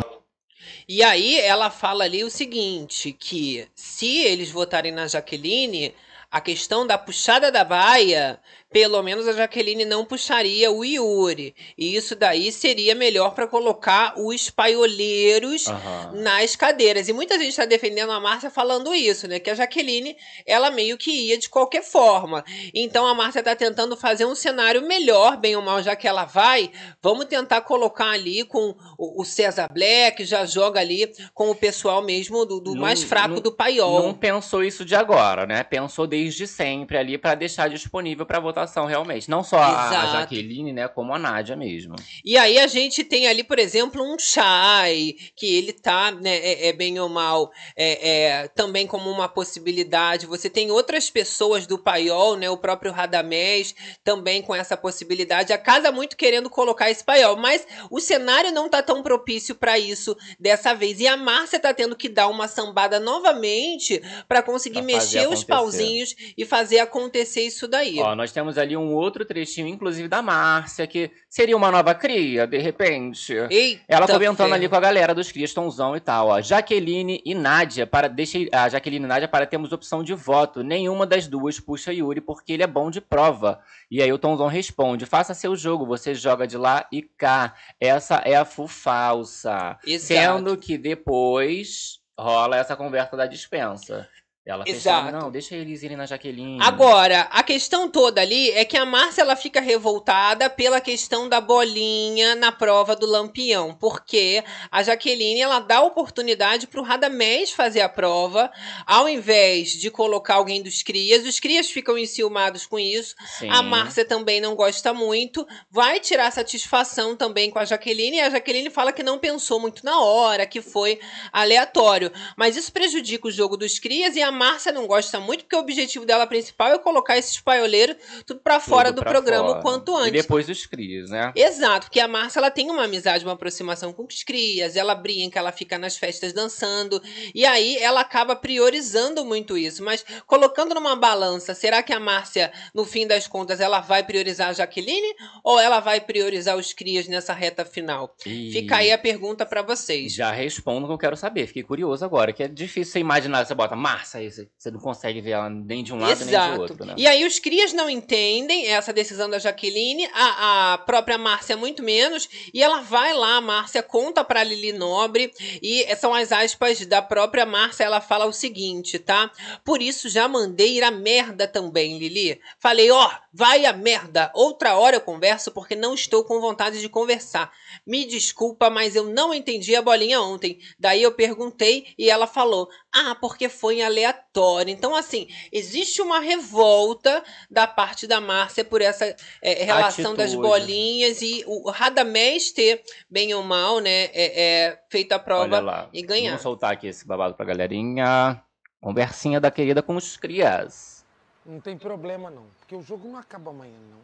E aí ela fala ali o seguinte, que se eles votarem na Jaqueline, a questão da puxada da baia, pelo menos a Jaqueline não puxaria o Yuri. E isso daí seria melhor para colocar os paioleiros Aham. nas cadeiras. E muita gente está defendendo a Márcia falando isso, né? Que a Jaqueline, ela meio que ia de qualquer forma. Então a Márcia tá tentando fazer um cenário melhor, bem ou mal, já que ela vai. Vamos tentar colocar ali com o o César Black, já joga ali com o pessoal mesmo do, do Não- mais fraco não- do paiol. Não pensou isso de agora, né? Pensou desde sempre ali pra deixar disponível pra votação realmente. Não só a, a Exato. Jaqueline, né? Como a Nádia mesmo. E aí a gente tem ali, por exemplo, um Chay, que ele tá, né, é, é bem ou mal, é, é, também como uma possibilidade. Você tem outras pessoas do paiol, né, o próprio Radamés, também com essa possibilidade. A casa muito querendo colocar esse paiol, mas o cenário não tá tão propício para isso dessa vez. E a Márcia tá tendo que dar uma sambada novamente para conseguir Pra fazer mexer os acontecer. pauzinhos e fazer acontecer isso daí. Ó, nós temos ali um outro trechinho, inclusive da Márcia, que seria uma nova cria, de repente. Eita Ela comentando ferro. ali com a galera dos crias, Tonzão e tal, ó. Jaqueline e Nádia, para, deixa, a Jaqueline e Nádia para termos opção de voto. Nenhuma das duas puxa Yuri porque ele é bom de prova. E aí o Tonzão responde, faça seu jogo, você joga de lá e cá. Essa é a Fu falsa. Exato. Sendo que depois rola essa conversa da dispensa. Ela fechando, Exato. não, deixa eles irem na Jaqueline. Agora, a questão toda ali é que a Márcia ela fica revoltada pela questão da bolinha na prova do Lampião, porque a Jaqueline ela dá oportunidade para o Radamés fazer a prova, ao invés de colocar alguém dos crias. Os crias ficam enciumados com isso. Sim. A Márcia também não gosta muito, vai tirar satisfação também com a Jaqueline, e a Jaqueline fala que não pensou muito na hora, que foi aleatório. Mas isso prejudica o jogo dos crias e a Márcia não gosta muito, porque o objetivo dela principal é colocar esses paioleiros tudo pra fora Tudo do pra programa fora. o quanto E antes. depois dos crias, né? Exato, porque a Márcia ela tem uma amizade, uma aproximação com os crias, ela brinca, ela fica nas festas dançando, e aí ela acaba priorizando muito isso. Mas colocando numa balança, será que a Márcia, no fim das contas, ela vai priorizar a Jaqueline ou ela vai priorizar os crias nessa reta final? E Fica aí a pergunta pra vocês. já respondo o que eu quero saber. Fiquei curioso agora, que é difícil você imaginar, você bota Márcia aí, você você não consegue ver ela nem de um lado nem de Exato. outro, né? E aí os crias não entendem essa decisão da Jaqueline, a, a própria Márcia muito menos, e ela vai lá, a Márcia conta pra Lili Nobre, e são as aspas da própria Márcia, ela fala o seguinte, tá? Por isso já mandei ir a merda também, Lili. Falei, ó, vai a merda. Outra hora eu converso porque não estou com vontade de conversar. Me desculpa, mas eu não entendi a bolinha ontem. Daí eu perguntei e ela falou, ah, porque foi em aleatório. Então, assim, existe uma revolta da parte da Márcia por essa é, relação Atitude. das bolinhas e o Radamés ter, bem ou mal, né, é, é, feito a Olha prova lá. e ganhar. Vamos soltar aqui esse babado pra galerinha. Conversinha da querida com os crias. Não tem problema não, porque o jogo não acaba amanhã não.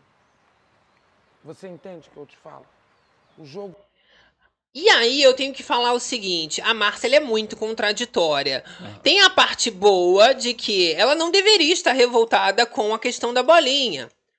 Você entende o que eu te falo? O jogo... E aí eu tenho que falar o seguinte, a Márcia ela é muito contraditória. Tem a parte boa de que ela não deveria estar revoltada com a questão da bolinha.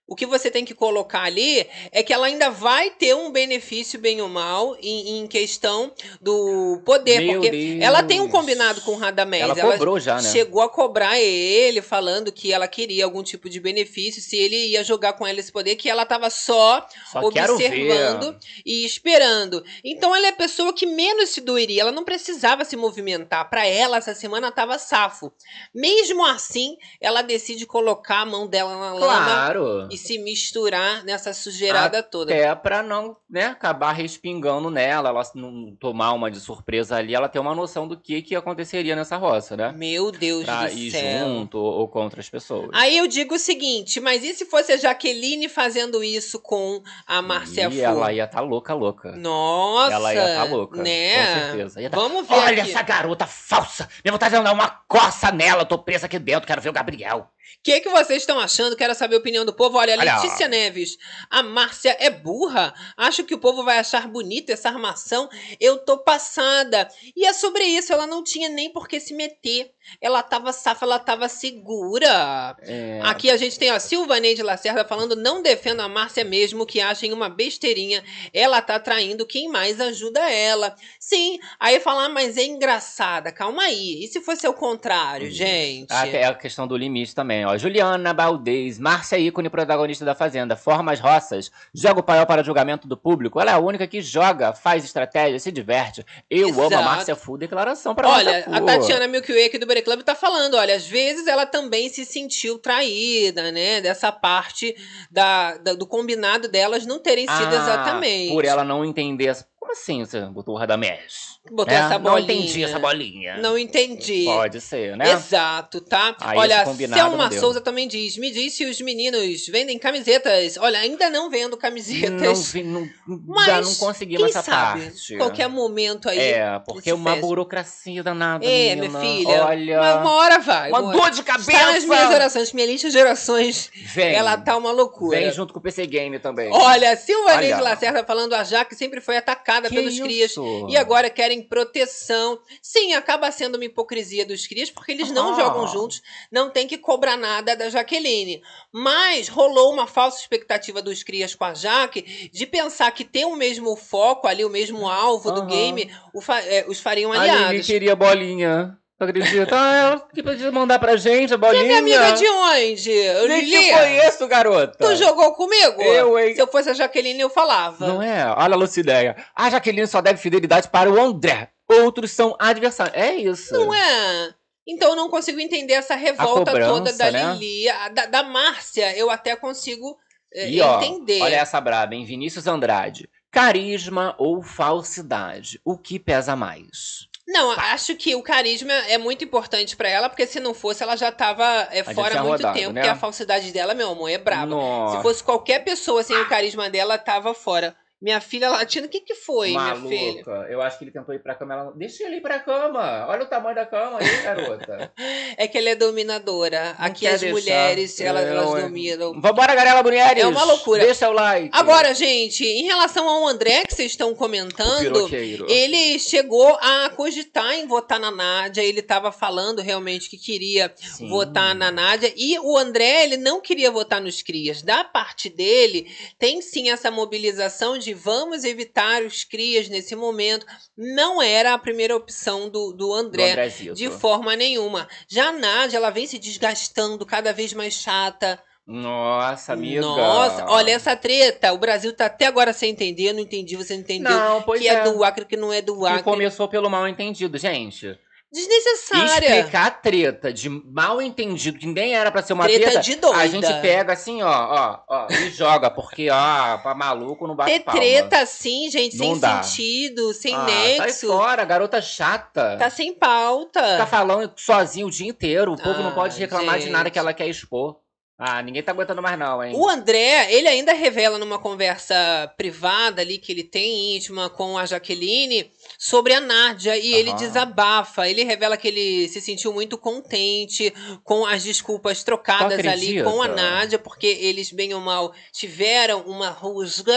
O que você tem que colocar ali é que ela ainda vai ter um benefício, bem ou mal, em, em questão do poder. Meu porque Deus. ela tem um combinado com o Radamés. Ela cobrou já, né? Chegou a cobrar ele, falando que ela queria algum tipo de benefício, se ele ia jogar com ela esse poder, que ela tava só, Só observando e esperando. Então ela é a pessoa que menos se doeria. Ela não precisava se movimentar. Para ela, essa semana tava safo. Mesmo assim, ela decide colocar a mão dela na lama. Claro. E se misturar nessa sujeirada Até toda. Até pra não, né, acabar respingando nela, ela não tomar uma de surpresa ali, ela ter uma noção do que, que aconteceria nessa roça, né? Meu Deus pra do ir céu. junto ou, ou com outras pessoas. Aí eu digo o seguinte, mas e se fosse a Jaqueline fazendo isso com a Márcia Fu? E ela ia tá louca, louca. Nossa. Ela ia tá louca, né? com certeza. Ia tá... Vamos ver Olha aqui. essa garota falsa! Minha vontade de dar uma coça nela, eu tô presa aqui dentro, quero ver o Gabriel. O que, que vocês estão achando? Quero saber a opinião do povo. Olha, Olha. Letícia Neves, a Márcia é burra? Acho que o povo vai achar bonita essa armação. Eu tô passada. E é sobre isso, ela não tinha nem por que se meter. Ela tava safa, ela tava segura. É... Aqui a gente tem a Silvaneide Lacerda falando, não defendo a Márcia mesmo, que achem uma besteirinha. Ela tá traindo quem mais ajuda ela. Sim, aí falar, mas é engraçada. Calma aí. E se fosse o contrário, gente? Até a questão do limite também, ó. Juliana Baldez, Márcia ícone protagonista da Fazenda, forma as roças, joga o paiol para julgamento do público. Ela é a única que joga, faz estratégia, se diverte. Eu Exato. amo a Márcia Fu, declaração para Olha, Márcia Fu. a Tatiana Milky Way aqui do Bere Club tá falando, olha, às vezes ela também se sentiu traída, né, dessa parte da, da- do combinado delas não terem sido Ah, exatamente. por ela não entender. as- Como assim você botou o Radamés? Botou É, essa Não bolinha. entendi essa bolinha. Não entendi. Pode ser, né? Exato, tá? Aí Olha, esse combinado Selma não deu. Souza também diz, me diz se os meninos vendem camisetas. Olha, ainda não vendo camisetas. Não, vi- não, Mas já não conseguimos quem essa sabe? parte. Qualquer momento aí. É, porque é uma festa. burocracia danada, É, menina. minha filha. Olha, Uma, uma hora vai. uma dor de cabeça. Está nas minhas orações. Minha lista de orações, Vem. ela tá uma loucura. Vem junto com o P C Game também. Olha, Silvaneide Olha. Lacerda falando, a Jaque sempre foi atacada Que pelos isso? crias e agora querem proteção. Sim, acaba sendo uma hipocrisia dos crias, porque eles não Ah. jogam juntos, não tem que cobrar nada da Jaqueline. Mas rolou uma falsa expectativa dos crias com a Jaque de pensar que ter o mesmo foco ali, o mesmo alvo do Aham. game, o fa- é, os fariam A Lili aliados. queria bolinha. Tu acredita? Ah, ela que podia mandar pra gente a bolinha. Você é minha amiga de onde? Eu Nem Lili, te conheço, garota. tu jogou comigo? Eu, hein? Se eu fosse a Jaqueline, eu falava. Não é? Olha a Lucideia. A Jaqueline só deve fidelidade para o André. Outros são adversários. É isso. Não é? Então eu não consigo entender essa revolta cobrança, toda da né? Lili. A Da, da Márcia, eu até consigo é, E ó, entender. olha essa braba, hein? Vinícius Andrade. Carisma ou falsidade? O que pesa mais? Não, acho que o carisma é muito importante pra ela, porque se não fosse, ela já tava é, já fora há tinha muito rodado, tempo, né? porque a falsidade dela, meu amor, é braba. Nossa. Se fosse qualquer pessoa sem o carisma dela, tava fora. Minha filha latina, o que que foi, Maluca. minha filha? Eu acho que ele tentou ir pra cama. Ela... Deixa ele ir pra cama. Olha o tamanho da cama aí, garota. É que ela é dominadora. Não Aqui quer as deixar. mulheres, elas, É, elas ué. dominam. Vambora, Garela Mulheres. É uma loucura. Deixa o like. Agora, gente, em relação ao André que vocês estão O comentando, piroqueiro. ele chegou a cogitar em votar na Nádia, ele estava falando realmente que queria Sim. votar na Nádia, e o André, ele não queria votar nos crias. Da parte dele, tem sim essa mobilização de vamos evitar os crias nesse momento. Não era a primeira opção do, do André, Do Andrezito. de forma nenhuma. Já a Nádia, ela vem se desgastando, cada vez mais chata. Nossa, amiga. Nossa, olha essa treta. O Brasil tá até agora sem entender. Eu não entendi, você não entendeu. Não, pois que é. é. do Acre, que não é do Que Acre. começou pelo mal entendido, gente. Desnecessária. Explicar a treta de mal entendido, que nem era pra ser uma Treta treta, de doida. a gente pega assim, ó, ó, ó, e joga, porque, ó, pra maluco não bate Ter palma. treta assim, gente, Não sem dá. sentido, sem Ah, sai nexo. fora, garota chata. Tá sem pauta. Fica falando sozinho o dia inteiro, o povo não Ah, pode reclamar de nada gente. que ela quer expor. Ah, ninguém tá aguentando mais não, hein? O André, ele ainda revela numa conversa privada ali que ele tem íntima com a Jaqueline sobre a Nádia e ele Aham. desabafa. Ele revela que ele se sentiu muito contente com as desculpas trocadas Tu ali acredita? com a Nádia, porque eles, bem ou mal, tiveram uma rusga.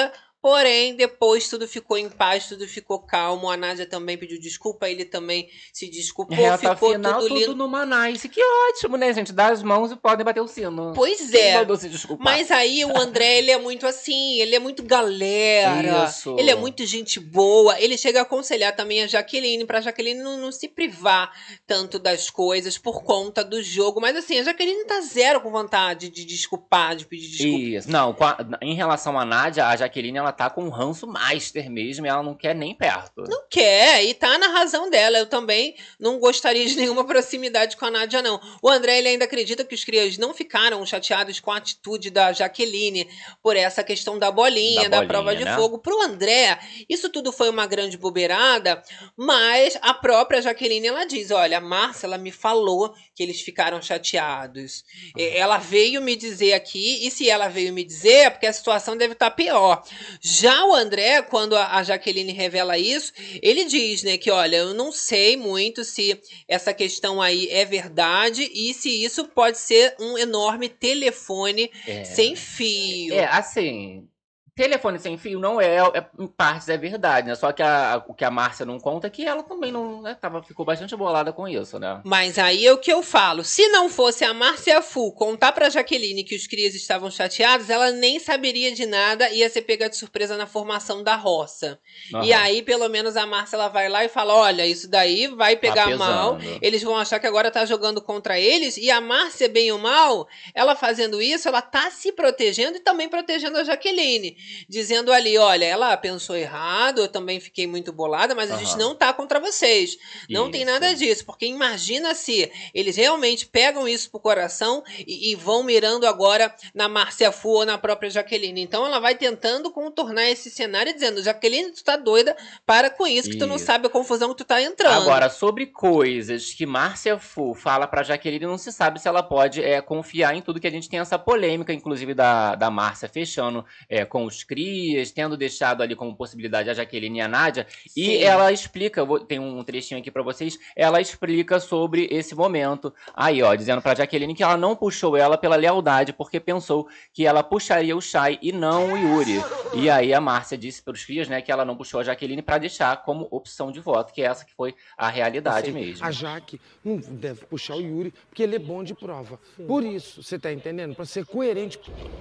Porém, depois tudo ficou em paz, tudo ficou calmo. A Nádia também pediu desculpa, ele também se desculpou, Reta ficou final, tudo tudo lindo. numa nice. Que ótimo, né, gente? Dá as mãos e podem bater o sino. Pois Quem é. mandou se desculpar? Mas aí o André, ele é muito assim, ele é muito galera. Isso. Ele é muito gente boa. Ele chega a aconselhar também a Jaqueline, pra Jaqueline não, não se privar tanto das coisas por conta do jogo. Mas assim, a Jaqueline tá zero com vontade de desculpar, de pedir desculpa. Isso. Não, com a- em relação a Nádia, a Jaqueline, ela tá com um ranço master mesmo e ela não quer nem perto. Não quer, e tá na razão dela. Eu também não gostaria de nenhuma proximidade com a Nádia, não. O André, ele ainda acredita que os crias não ficaram chateados com a atitude da Jaqueline por essa questão da bolinha, Da da, bolinha, prova de né? fogo. Pro André, isso tudo foi uma grande bobeirada, mas a própria Jaqueline, ela diz, olha, a Márcia, ela me falou que eles ficaram chateados. E- Ela veio me dizer aqui, e se ela veio me dizer, é porque a situação deve estar pior. Já o André, quando a a Jaqueline revela isso, ele diz, né, que olha, eu não sei muito se essa questão aí é verdade e se isso pode ser um enorme telefone É. sem fio. É, assim, telefone sem fio não é, é- em partes é verdade, né? Só que a- o que a Márcia não conta é que ela também não, né, tava, ficou bastante bolada com isso, né? Mas aí é o que eu falo. Se não fosse a Márcia Fu contar pra Jaqueline que os crias estavam chateados, ela nem saberia de nada e ia ser pega de surpresa na formação da roça. E Aham. aí, pelo menos, a Márcia ela vai lá e fala: olha, isso daí vai pegar pesando. mal. Eles vão achar que agora tá jogando contra eles. E a Márcia, bem ou mal, ela fazendo isso, ela tá se protegendo e também protegendo a Jaqueline. Dizendo ali, olha, ela pensou errado, eu também fiquei muito bolada, mas a gente Aham. não tá contra vocês. Não tem Isso. nada disso, porque imagina se eles realmente pegam isso pro coração e, e vão mirando agora na Márcia Fu ou na própria Jaqueline. Então ela vai tentando contornar esse cenário dizendo, Jaqueline, tu tá doida, para com isso, que tu não Isso. sabe a confusão que tu tá entrando. Agora, sobre coisas que Márcia Fu fala pra Jaqueline, não se sabe se ela pode é, confiar em tudo, que a gente tem essa polêmica, inclusive, da, da Márcia fechando é, com os crias, tendo deixado ali como possibilidade a Jaqueline e a Nádia. E Sim. ela explica, eu vou- tem um trechinho aqui pra vocês, ela explica sobre esse momento. Aí, ó, dizendo pra Jaqueline que ela não puxou ela pela lealdade, porque pensou que ela puxaria o Chay e não o Yuri. E aí a Márcia disse pros crias, né, que ela não puxou a Jaqueline pra deixar como opção de voto, que é essa que foi a realidade Assim, mesmo. A Jaque não deve puxar o Yuri, porque ele é bom de prova. Por isso, você tá entendendo? Pra ser coerente.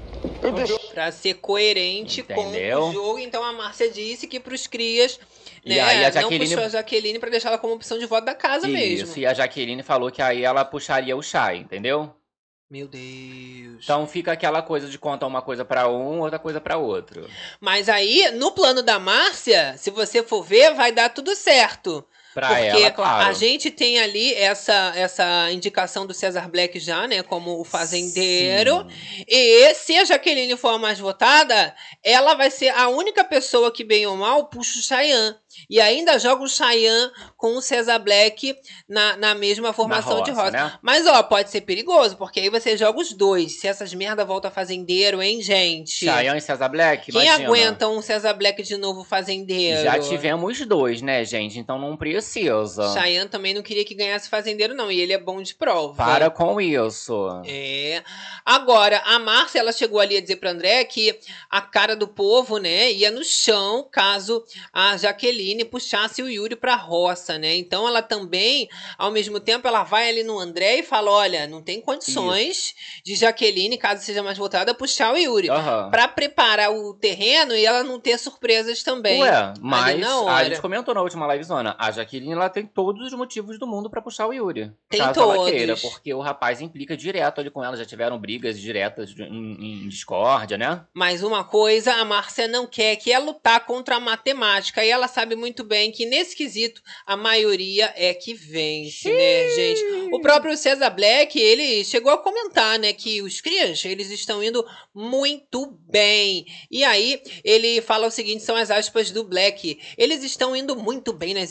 Pra ser coerente Entendeu? com o jogo. Então a Márcia disse que pros crias, E né, aí a não Jaqueline- puxou a Jaqueline pra deixar ela como opção de voto da casa mesmo. Isso, e a Jaqueline falou que aí ela puxaria o Chay, entendeu? Meu Deus. Então fica aquela coisa de contar uma coisa pra um, outra coisa pra outro. Mas aí, no plano da Márcia, se você for ver, vai dar tudo certo. Pra Porque ela, claro. a gente tem ali essa, essa indicação do César Black já, né? Como o fazendeiro. E se a Jaqueline for a mais votada, ela vai ser a única pessoa que, bem ou mal, puxa o Chayanne. E ainda joga o Chayanne com o César Black na, na mesma formação de roça, roça. né? Mas, ó, pode ser perigoso, porque aí você joga os dois. Se essas merda voltam a fazendeiro, hein, gente? Chayanne e César Black, Quem imagina. aguenta um César Black de novo fazendeiro? Já tivemos dois, né, gente? Então não precisa. Chayanne também não queria que ganhasse fazendeiro, não. E ele é bom de prova. Para com isso. É. Agora, a Márcia, ela chegou ali a dizer para André que a cara do povo, né, ia no chão caso a Jaqueline puxasse o Yuri pra roça, né? Então ela também, ao mesmo tempo, ela vai ali no André e fala, olha, não tem condições de Jaqueline, caso seja mais votada, puxar o Yuri. Aham. Pra preparar o terreno e ela não ter surpresas também. Ué, ali mas na a hora. gente comentou na última livezona, a Jaqueline ela tem todos os motivos do mundo pra puxar o Yuri. Tem caso ela todos. queira, porque o rapaz implica direto ali com ela, já tiveram brigas diretas de- em, em discórdia, né? Mas uma coisa, a Márcia não quer, que é lutar contra a matemática. E ela sabe muito bem que, nesse quesito, a maioria é que vence, né, gente? O próprio César Black, ele chegou a comentar, né, que os crias, eles estão indo muito bem. E aí, ele fala o seguinte, são as aspas do Black. Eles estão indo muito bem nas estratégias,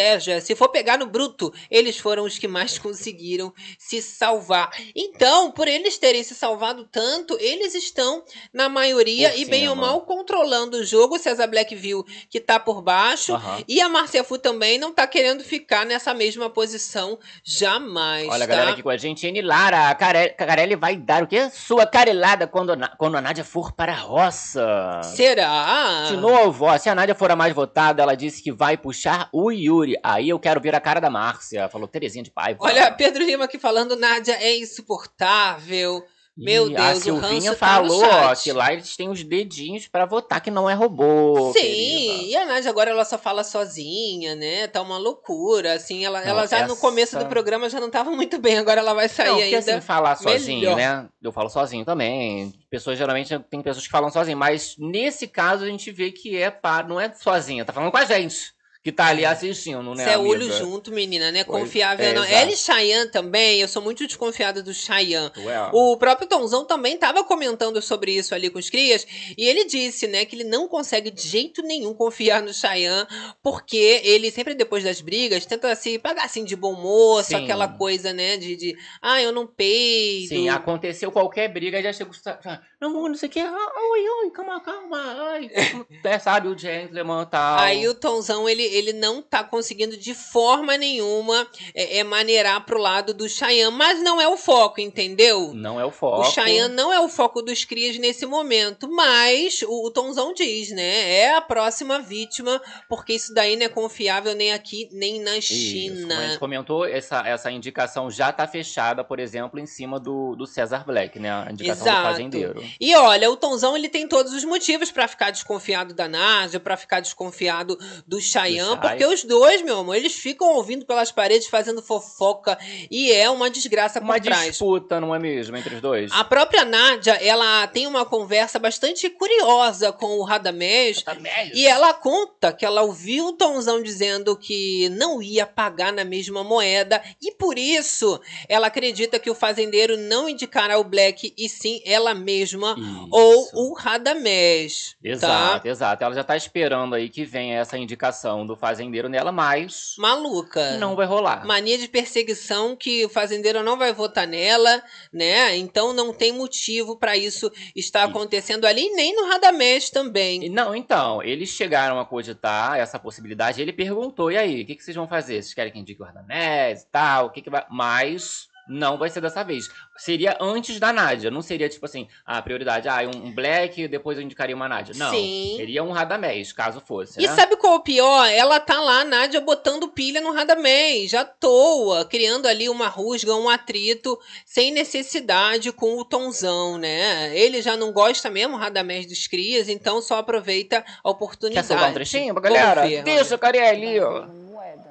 estratégia, se for pegar no bruto, eles foram os que mais conseguiram se salvar. Então, por eles terem se salvado tanto, eles estão na maioria Por e bem ou cima. mal controlando o jogo. O César Black viu que tá por baixo. Aham. E a Márcia Fu também não tá querendo ficar nessa mesma posição jamais. Olha a tá? galera aqui com a gente. N. Lara, a Care- Carelli vai dar o quê? Sua carelada quando, na- quando a Nádia for para a roça. Será? De novo, ó, se a Nádia for a mais votada, ela disse que vai puxar o Yuri. Aí eu quero ver a cara da Márcia. Falou Terezinha de Paiva. Olha, Pedro Lima aqui falando, Nádia é insuportável. Meu E Deus, a o Silvinha ranço tá no falou ó, chat. que lá eles têm os dedinhos pra votar, que não é robô. Sim, querida. e a Nádia agora ela só fala sozinha, né? Tá uma loucura, assim, ela, Não, ela já no essa- começo do programa já não tava muito bem, agora ela vai sair Não, porque ainda assim, falar sozinho, melhor. né? Eu falo sozinho também. Pessoas, geralmente, tem pessoas que falam sozinho, mas nesse caso a gente vê que é para, não é sozinha, tá falando com a gente, que tá ali assistindo, né, Isso é amiga? olho junto, menina, né? Pois Confiável é, não. exato. Ela e Chayanne também, eu sou muito desconfiada do Chayanne. Ué. O próprio Tonzão também tava comentando sobre isso ali com os crias, e ele disse, né, que ele não consegue de jeito nenhum confiar no Chayanne, porque ele sempre depois das brigas tenta se pagar assim de bom moço, Sim. aquela coisa, né, de, de ah, eu não peido. Sim, aconteceu qualquer briga, já chegou. Não, não sei o que. Ah, oi, oi, calma, calma. Ai, é, sabe, o gentleman e tal. Aí o Tonzão, ele, ele não tá conseguindo de forma nenhuma é, é maneirar pro lado do Chayanne, mas não é o foco, entendeu? Não é o foco. O Chayanne não é o foco dos crias nesse momento, mas o, o Tonzão diz, né? É a próxima vítima, porque isso daí não é confiável nem aqui, nem na Isso, como a China. gente comentou, essa, essa indicação já tá fechada, por exemplo, em cima do, do César Black, né? A indicação Exato. do fazendeiro. E olha, o Tonzão ele tem todos os motivos pra ficar desconfiado da Nádia, pra ficar desconfiado do Chayanne, Chay. porque os dois, meu amor, eles ficam ouvindo pelas paredes, fazendo fofoca, e é uma desgraça Uma por trás. disputa, não é mesmo, entre os dois? A própria Nádia, ela tem uma conversa bastante curiosa com o Radamés, e ela conta que ela ouviu o Tonzão dizendo que não ia pagar na mesma moeda, e por isso ela acredita que o fazendeiro não indicará o Black, e sim ela mesma Isso. ou o Radamés. Exato, Tá? exato. Ela já tá esperando aí que venha essa indicação do fazendeiro nela, mas Maluca. não vai rolar. Mania de perseguição que o fazendeiro não vai votar nela, né? Então não tem motivo pra isso estar acontecendo ali, nem no Radamés também. Não, então, eles chegaram a cogitar essa possibilidade. Ele perguntou, e aí, o que, que vocês vão fazer? Vocês querem que indique o Radamés e tal? O que que vai... Mas não vai ser dessa vez. Seria antes da Nádia. Não seria, tipo assim, a prioridade, ah, um, um Black, depois eu indicaria uma Nádia. Não, Sim. seria um Radamés, caso fosse, E né? sabe qual é o pior? Ela tá lá, a Nádia, botando pilha no Radamés, à toa, criando ali uma rusga, um atrito, sem necessidade com o Tonzão, né? Ele já não gosta mesmo, o Radamés dos crias, então só aproveita a Quer oportunidade. soltar um trechinho pra galera? Vamos ver, Deixa, Carelli, ó. Moeda.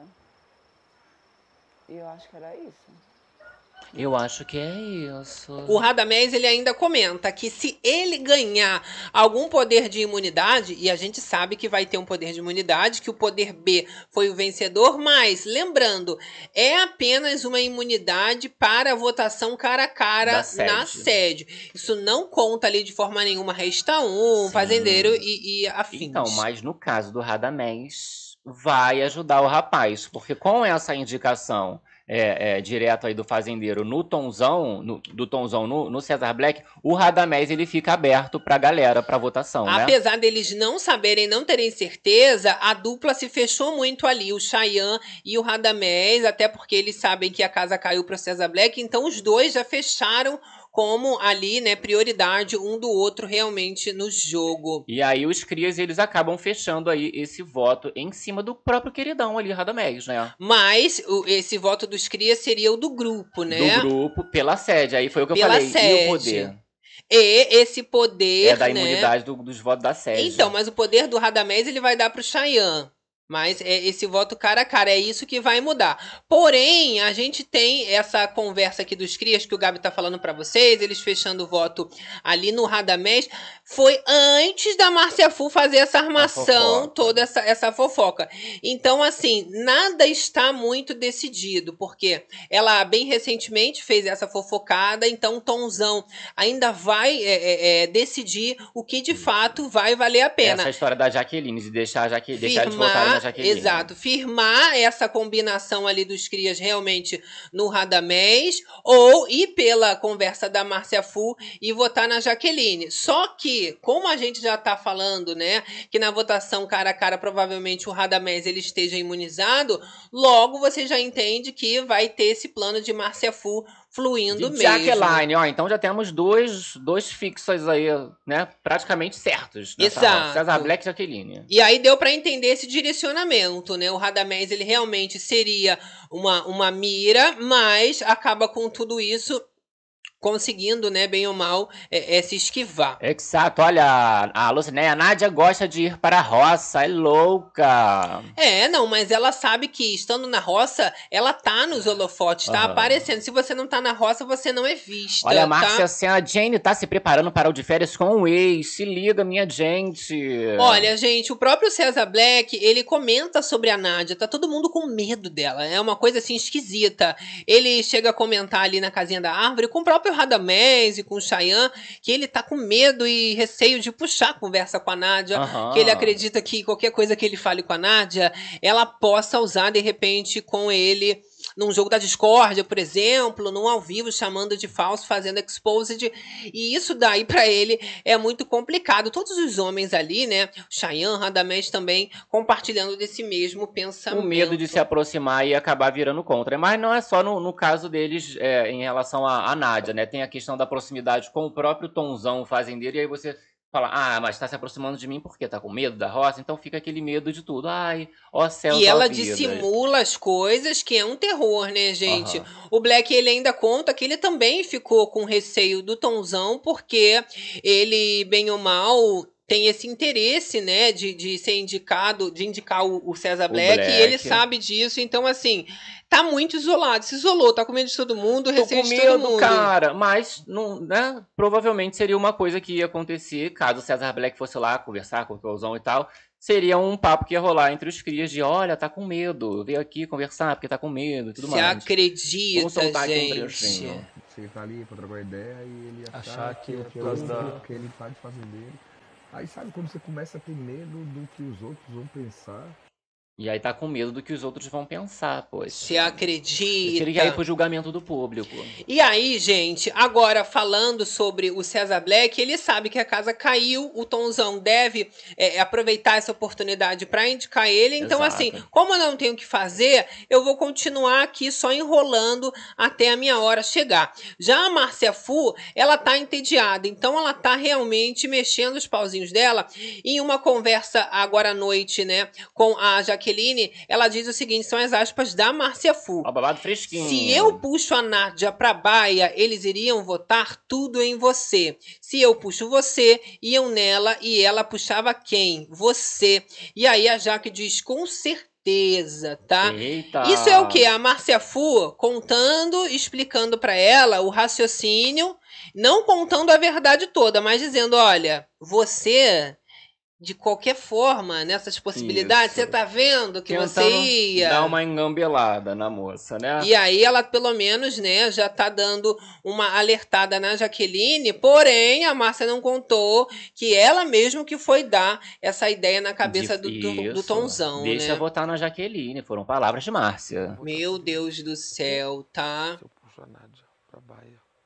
E eu acho que era isso. Eu acho que é isso. O Radamés, ele ainda comenta que se ele ganhar algum poder de imunidade, e a gente sabe que vai ter um poder de imunidade, que o poder B foi o vencedor, mas, lembrando, é apenas uma imunidade para a votação cara a cara Da sede. na sede. Isso não conta ali de forma nenhuma, resta um, Sim. fazendeiro e, e afins. Então, mas no caso do Radamés, vai ajudar o rapaz, porque com essa indicação é, é, direto aí do fazendeiro no Tonzão, no, do Tonzão no, no César Black, o Radamés ele fica aberto pra galera, pra votação, né? Apesar deles não saberem, não terem certeza, a dupla se fechou muito ali, o Chayanne e o Radamés, até porque eles sabem que a casa caiu pro César Black, então os dois já fecharam como ali, né, prioridade um do outro realmente no jogo. E aí os crias, eles acabam fechando aí esse voto em cima do próprio queridão ali, Radamés, né? Mas o, esse voto dos crias seria o do grupo, né? Do grupo, pela sede. Aí foi o que eu Pela falei. sede. E o poder? E esse poder, É da né? imunidade do- dos votos da sede. Então, mas o poder do Radamés ele vai dar pro Chayanne. Mas é esse voto cara a cara, é isso que vai mudar. Porém, a gente tem essa conversa aqui dos crias que o Gabi tá falando pra vocês, eles fechando o voto ali no Radamés, foi antes da Márcia Fu fazer essa armação, toda essa, essa fofoca. Então, assim, nada está muito decidido, porque ela bem recentemente fez essa fofocada, então o Tonzão ainda vai é, é, é, decidir o que de fato vai valer a pena. Essa história da Jaqueline, de deixar, a Jaque, deixar eles votarem Firmar na Jaqueline. exato, firmar essa combinação ali dos crias realmente no Radamés, ou ir pela conversa da Márcia Fu e votar na Jaqueline. Só que, como a gente já tá falando, né, que na votação cara a cara provavelmente o Radamés ele esteja imunizado, logo você já entende que vai ter esse plano de Márcia Fu fluindo De mesmo. Jaqueline, ó, então já temos dois, dois fixos aí, né, praticamente certos. nessa Exato. roda. César Black e Jaqueline. E aí deu pra entender esse direcionamento, né? O Radamés, ele realmente seria uma, uma mira, mas acaba com tudo isso conseguindo, né, bem ou mal, é, é se esquivar. Exato, olha, a Lucinéia, a Nádia gosta de ir para a roça, é louca. É, não, mas ela sabe que estando na roça, ela tá nos holofotes, tá Aham. aparecendo. Se você não tá na roça, você não é vista, Olha, a tá? Márcia Senna, Jane tá se preparando para o de férias com o ex, se liga, minha gente. Olha, gente, o próprio César Black, ele comenta sobre a Nádia, tá todo mundo com medo dela, é uma coisa assim esquisita. Ele chega a comentar ali na casinha da árvore com o próprio Radamés e com o Chayanne, que ele tá com medo e receio de puxar a conversa com a Nádia, Aham. que ele acredita que qualquer coisa que ele fale com a Nádia, ela possa usar de repente com ele num jogo da discórdia, por exemplo, num ao vivo chamando de falso, fazendo exposed, e isso daí pra ele é muito complicado. Todos os homens ali, né, Chayanne, Radamés também compartilhando desse mesmo pensamento. O medo de se aproximar e acabar virando contra. Mas não é só no, no caso deles é, em relação à à Nádia, né? Tem a questão da proximidade com o próprio Tonzão, o fazendeiro, e aí você fala, ah, mas tá se aproximando de mim porque tá com medo da roça, então fica aquele medo de tudo. Ai, ó céu, E ó ela vida. dissimula as coisas, que é um terror, né, gente? Aham. O Black, ele ainda conta que ele também ficou com receio do Tonzão, porque ele, bem ou mal, tem esse interesse, né, de, de ser indicado, de indicar o, o César Black, Black. e ele sabe disso, então, assim, tá muito isolado, se isolou, tá com medo de todo mundo, Tô receio com de todo medo, mundo. cara. Mas, não, né? Provavelmente seria uma coisa que ia acontecer caso o César Black fosse lá conversar com o Tonzão e tal. Seria um papo que ia rolar entre os crias de, olha, tá com medo, veio aqui conversar porque tá com medo e tudo Se mais. acredita, Vamos soltar aqui um gente. trechinho. Você tá ali pra trocar ideia e ele ia Achar achar que que é é por causa todo da- porque ele tá de fazendeiro. Aí sabe quando você começa a ter medo do que os outros vão pensar? E aí tá com medo do que os outros vão pensar, poxa. Se acredita. Teria que ir pro julgamento do público. E aí, gente, agora falando sobre o César Black, ele sabe que a casa caiu, o Tonzão deve é, aproveitar essa oportunidade para indicar ele. Então, Exato. assim, como eu não tenho o que fazer, eu vou continuar aqui só enrolando até a minha hora chegar. Já a Márcia Fu, ela tá entediada, então ela tá realmente mexendo os pauzinhos dela. Em uma conversa agora à noite, né, com a Jaqueline, ela diz o seguinte, são as aspas da Márcia Fu. Ó, babado fresquinho. Se eu puxo a Nádia pra baia, eles iriam votar tudo em você. Se eu puxo você, iam nela e ela puxava quem? Você. E aí a Jaque diz, com certeza, tá? Eita. Isso é o quê? A Márcia Fu contando, explicando pra ela o raciocínio, não contando a verdade toda, mas dizendo, olha, você... De qualquer forma, nessas possibilidades, Isso. você tá vendo que você Tentando ia... dar uma engambelada na moça, né? E aí ela, pelo menos, né, já tá dando uma alertada na Jaqueline, porém, a Márcia não contou que ela mesmo que foi dar essa ideia na cabeça do, do, do Isso. Tonzão, Deixa né? votar na Jaqueline, foram palavras de Márcia. Meu Deus do céu, tá? Se eu puxo a Nádia pra baia.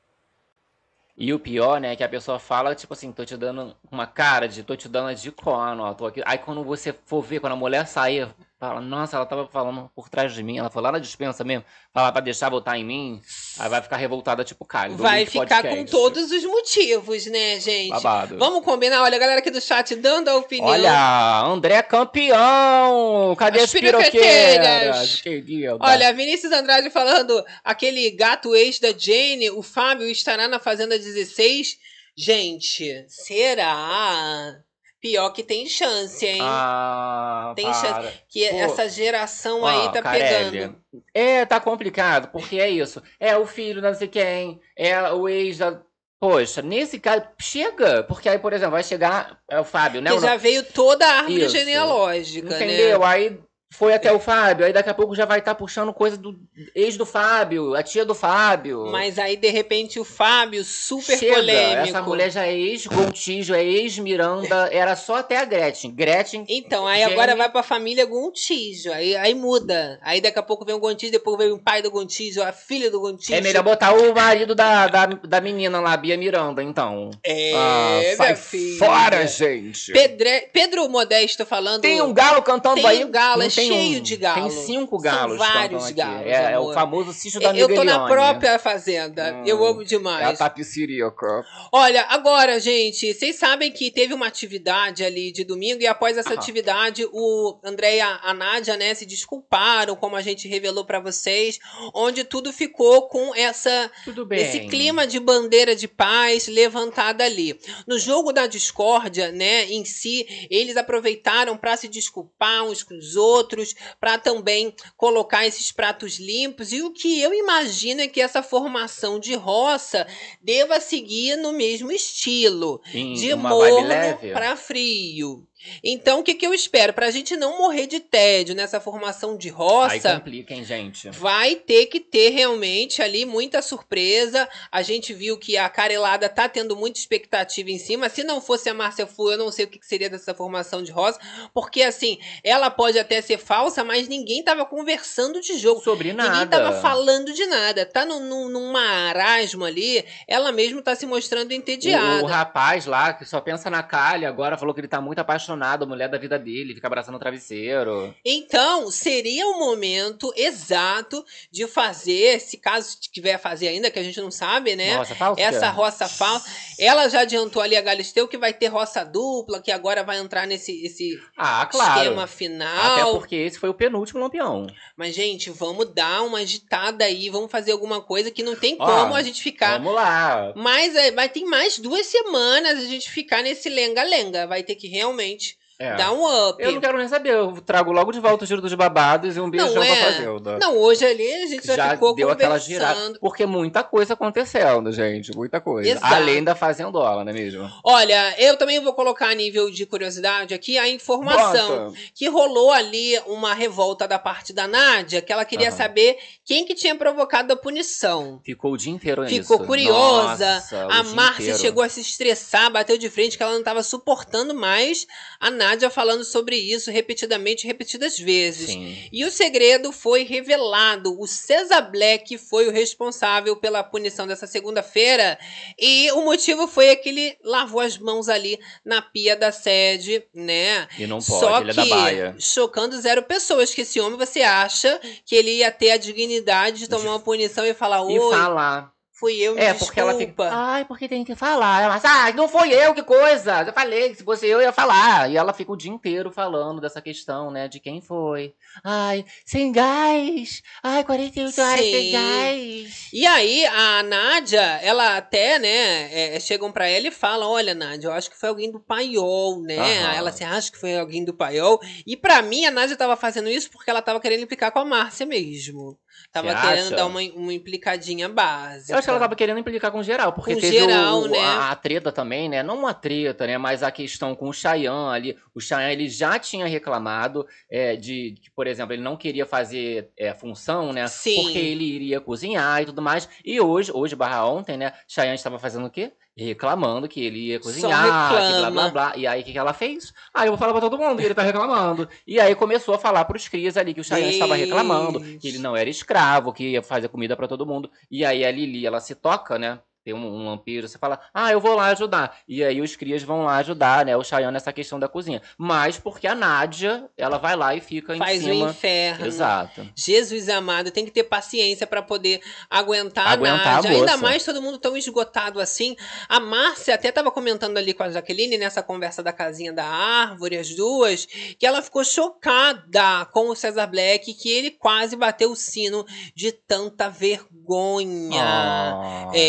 E o pior, né, é que a pessoa fala, tipo assim, tô te dando uma cara de, tô te dando de corno, ó, tô aqui. Aí quando você for ver, quando a mulher sair, fala, nossa, ela tava falando por trás de mim, ela foi lá na dispensa mesmo, falar pra deixar votar em mim, aí vai ficar revoltada tipo Caio. do Vai Link ficar com Podcast. todos os motivos, né, gente? Babado. Vamos combinar? Olha, a galera aqui do chat dando a opinião. Olha, André campeão! Cadê As as piroqueiras? piroqueteiras. Querida. Olha, Vinícius Andrade falando, aquele gato ex da Jane, o Fábio estará na Fazenda dezesseis. Gente, será? Pior que tem chance, hein? Ah, tem para. chance. Que Pô, essa geração ó, aí tá Carelli, pegando. É, tá complicado, porque é isso. É o filho da não sei quem, é o ex da... Poxa, nesse caso, chega. Porque aí, por exemplo, vai chegar é o Fábio, né? Que o já no- veio toda a árvore Isso. genealógica, Entendeu? né? Aí foi até o Fábio, aí daqui a pouco já vai estar puxando coisa do ex do Fábio, a tia do Fábio. Mas aí, de repente, o Fábio, super Chega, polêmico. essa mulher já é ex-Gontijo, é ex-Miranda, era só até a Gretchen. Gretchen... Então, aí Jenny... agora vai pra família Gontijo, aí, aí muda. Aí daqui a pouco vem o Gontijo, depois vem o pai do Gontijo, a filha do Gontijo. É melhor botar o marido da, da, da menina lá, Bia Miranda, então. É, ah, sai fora, gente. Pedre... Pedro Modesto falando... Tem um galo cantando tem aí. Um galo, é tem cheio um, de galo. Tem cinco galos. São vários galos. É, é o famoso sítio da Eu tô Miguelione. na própria fazenda. Hum, eu amo demais. É a tapicirica. Olha, agora, gente, vocês sabem que teve uma atividade ali de domingo e após essa ah. atividade, o André e a Nádia, né, se desculparam, como a gente revelou pra vocês, onde tudo ficou com essa, esse clima de bandeira de paz levantada ali. No jogo da discórdia, né, em si, eles aproveitaram para se desculpar uns com os outros, para também colocar esses pratos limpos, e o que eu imagino é que essa formação de roça deva seguir no mesmo estilo, Sim, de morno para frio. Então, o que, que eu espero? Pra gente não morrer de tédio nessa formação de roça... Aí complica, hein, gente? Vai ter que ter realmente ali muita surpresa. A gente viu que a Carelada tá tendo muita expectativa em cima. Se não fosse a Márcia Fu, eu não sei o que seria dessa formação de roça. Porque, assim, ela pode até ser falsa, mas ninguém tava conversando de jogo. Sobre nada. Ninguém tava falando de nada. Tá num, num, num marasmo ali. Ela mesmo tá se mostrando entediada. O, o rapaz lá, que só pensa na Calha, agora falou que ele tá muito apaixonado. A mulher da vida dele, fica abraçando o travesseiro. Então, seria o momento exato de fazer, se caso tiver a fazer ainda, que a gente não sabe, né? Roça falsa? Essa roça falsa. Ela já adiantou ali a Galisteu que vai ter roça dupla, que agora vai entrar nesse esse ah, claro. esquema final. Até porque esse foi o penúltimo Lampião. Mas, gente, vamos dar uma agitada aí, vamos fazer alguma coisa que não tem como ah, a gente ficar. Vamos lá. Mas vai ter mais duas semanas a gente ficar nesse lenga-lenga. Vai ter que realmente É. dá um up. Eu não quero nem saber, eu trago logo de volta o giro dos babados e um beijão não é. pra Fazenda. Não, hoje ali a gente já, já ficou deu conversando. Aquela girada, porque muita coisa acontecendo, gente, muita coisa. Exato. Além da Fazendola, não é mesmo? Olha, eu também vou colocar a nível de curiosidade aqui a informação Bota. que rolou ali uma revolta da parte da Nádia, que ela queria uhum. saber quem que tinha provocado a punição. Ficou o dia inteiro nisso. Ficou curiosa. Nossa, a Márcia chegou a se estressar, bateu de frente que ela não estava suportando mais a Nádia falando sobre sobre isso repetidamente, repetidas vezes. Sim. E o segredo foi revelado. O César Black foi o responsável pela punição dessa segunda-feira e o motivo foi que ele lavou as mãos ali na pia da sede, né? E não pode, Só ele que, é da baia. Chocando zero pessoas, que esse homem, você acha que ele ia ter a dignidade de tomar uma punição e falar, oi... E falar. Fui eu, me É, desculpa. porque ela fica, ai, porque tem que falar. Mas, ah, não foi eu, que coisa. Eu falei que se fosse eu, eu ia falar. E ela fica o dia inteiro falando dessa questão, né, de quem foi. Ai, sem gás. Ai, quarenta e oito horas sem gás. E aí, a Nádia, ela até, né, é, chegam pra ela e falam, olha, Nádia, eu acho que foi alguém do Paiol, né? Aham. Ela se acha que foi alguém do Paiol. E pra mim, a Nádia tava fazendo isso porque ela tava querendo implicar com a Márcia mesmo. Tava Você querendo acha? dar uma, uma implicadinha básica. Eu acho que ela tava querendo implicar com geral, porque Com teve geral, o, né? a, a treta também, né? Não uma treta, né? Mas a questão com o Chayanne ali. O Chayanne, ele já tinha reclamado é, de que, por exemplo, ele não queria fazer é, função, né? Sim. Porque ele iria cozinhar e tudo mais. E hoje, hoje barra ontem, né? Chayanne estava fazendo o quê? Reclamando que ele ia cozinhar, que blá blá blá. E aí, o que, que ela fez? Ah, eu vou falar pra todo mundo que ele tá reclamando. E aí começou a falar pros crias ali que o Chayanne estava reclamando, que ele não era escravo, que ia fazer comida pra todo mundo. E aí a Lili, ela se toca, né? Tem um, um lampejo, você fala, ah, eu vou lá ajudar. E aí os crias vão lá ajudar, né, o Chayanne nessa questão da cozinha. Mas porque a Nádia, ela vai lá e fica Faz em cima. o inferno. Exato. Jesus amado, tem que ter paciência pra poder aguentar, Aguentar a Nádia. a moça. Ainda mais todo mundo tão esgotado assim. A Márcia até tava comentando ali com a Jaqueline, nessa conversa da casinha da árvore, as duas, que ela ficou chocada com o César Black, que ele quase bateu o sino de tanta vergonha. Oh. É, meu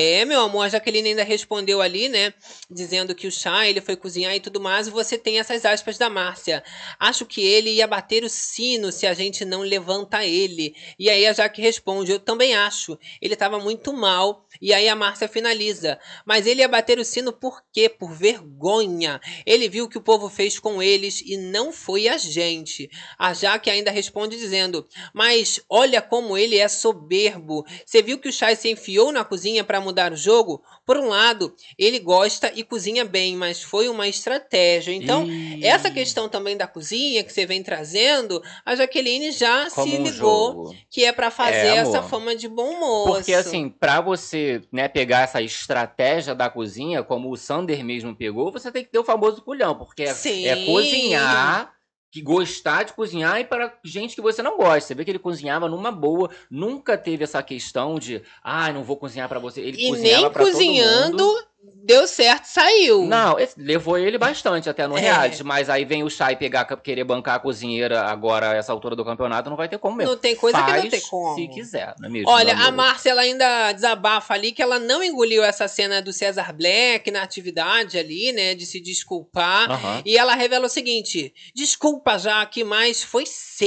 amor, a Jaqueline ainda respondeu ali, né? Dizendo que o Chay, ele foi cozinhar e tudo mais. E você tem essas aspas da Márcia. Acho que ele ia bater o sino se a gente não levanta ele. E aí a Jaque responde, eu também acho. Ele tava muito mal. E aí a Márcia finaliza. Mas ele ia bater o sino por quê? Por vergonha. Ele viu o que o povo fez com eles e não foi a gente. A Jaque ainda responde dizendo, mas olha como ele é soberbo. Você viu que o Chay se enfiou na cozinha para mudar o jogo? Por um lado, ele gosta e cozinha bem, mas foi uma estratégia. Então, Ih. essa questão também da cozinha que você vem trazendo, a Jaqueline já Como se um ligou jogo. que é para fazer É, essa amor. fama de bom moço. Porque assim, pra você, né, pegar essa estratégia da cozinha, como o Sander mesmo pegou, você tem que ter o famoso culhão, porque é, Sim. é cozinhar, que gostar de cozinhar e para gente que você não gosta. Você vê que ele cozinhava numa boa, nunca teve essa questão de, ah, não vou cozinhar pra você. Ele E cozinhava nem pra todo cozinhando mundo. deu certo, saiu. Não, esse- levou ele bastante até no É. reality, mas aí vem o Chay pegar, querer bancar a cozinheira agora, essa altura do campeonato, não vai ter como mesmo. Não tem coisa que não Faz tem como. se quiser, não é mesmo? Olha, meu a amor? Márcia, ela ainda desabafa ali que ela não engoliu essa cena do César Black na atividade ali, né, de se desculpar. Aham. E ela revela o seguinte, desculpa, Jaque, mas foi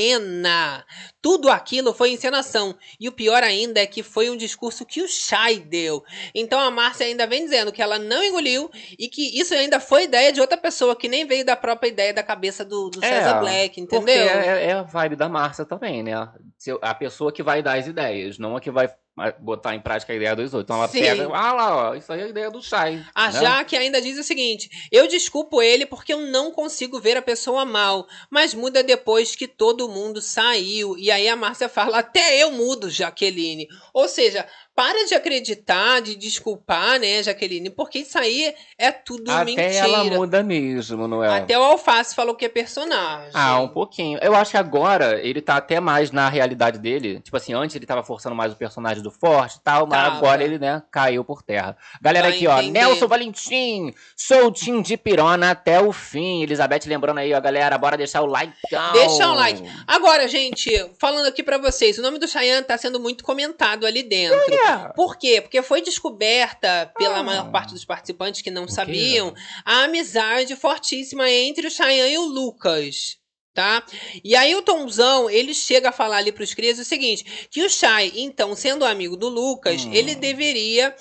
cena. Tudo aquilo foi encenação. E o pior ainda é que foi um discurso que o Chay deu. Então a Márcia ainda vem dizendo que ela não engoliu e que isso ainda foi ideia de outra pessoa, que nem veio da própria ideia da cabeça do, do César Black, entendeu? Porque é, é a vibe da Márcia também, né? Se- A pessoa que vai dar as ideias, não a que vai ah, botar em prática a ideia dos outros. Então ela Sim. pega, ah lá, ó, isso aí é a ideia do Chay. A né? Jaque ainda diz o seguinte, eu desculpo ele porque eu não consigo ver a pessoa mal, mas muda depois que todo mundo saiu. E aí a Márcia fala, até eu mudo, Jaqueline. Ou seja, para de acreditar, de desculpar, né, Jaqueline, porque isso aí é tudo Até mentira. ela muda mesmo, não é? Até o Alface falou que é personagem. Ah, um pouquinho. Eu acho que agora ele tá até mais na realidade dele. Tipo assim, antes ele tava forçando mais o personagem do Forte e tal, mas Tava. agora ele, né, caiu por terra. Galera Vai aqui, ó, entender. Nelson Valentim, sou o Tim de Pirona até o fim. Elizabeth lembrando aí, ó, galera, bora deixar o like. Deixa o like. Agora, gente, falando aqui pra vocês, o nome do Chayanne tá sendo muito comentado ali dentro. Por quê? Porque foi descoberta pela Ah. maior parte dos participantes que não sabiam a amizade fortíssima entre o Chayanne e o Lucas. Tá? E aí o Tomzão, ele chega a falar ali pros crias o seguinte, que o Chay, então, sendo amigo do Lucas, Hum. ele deveria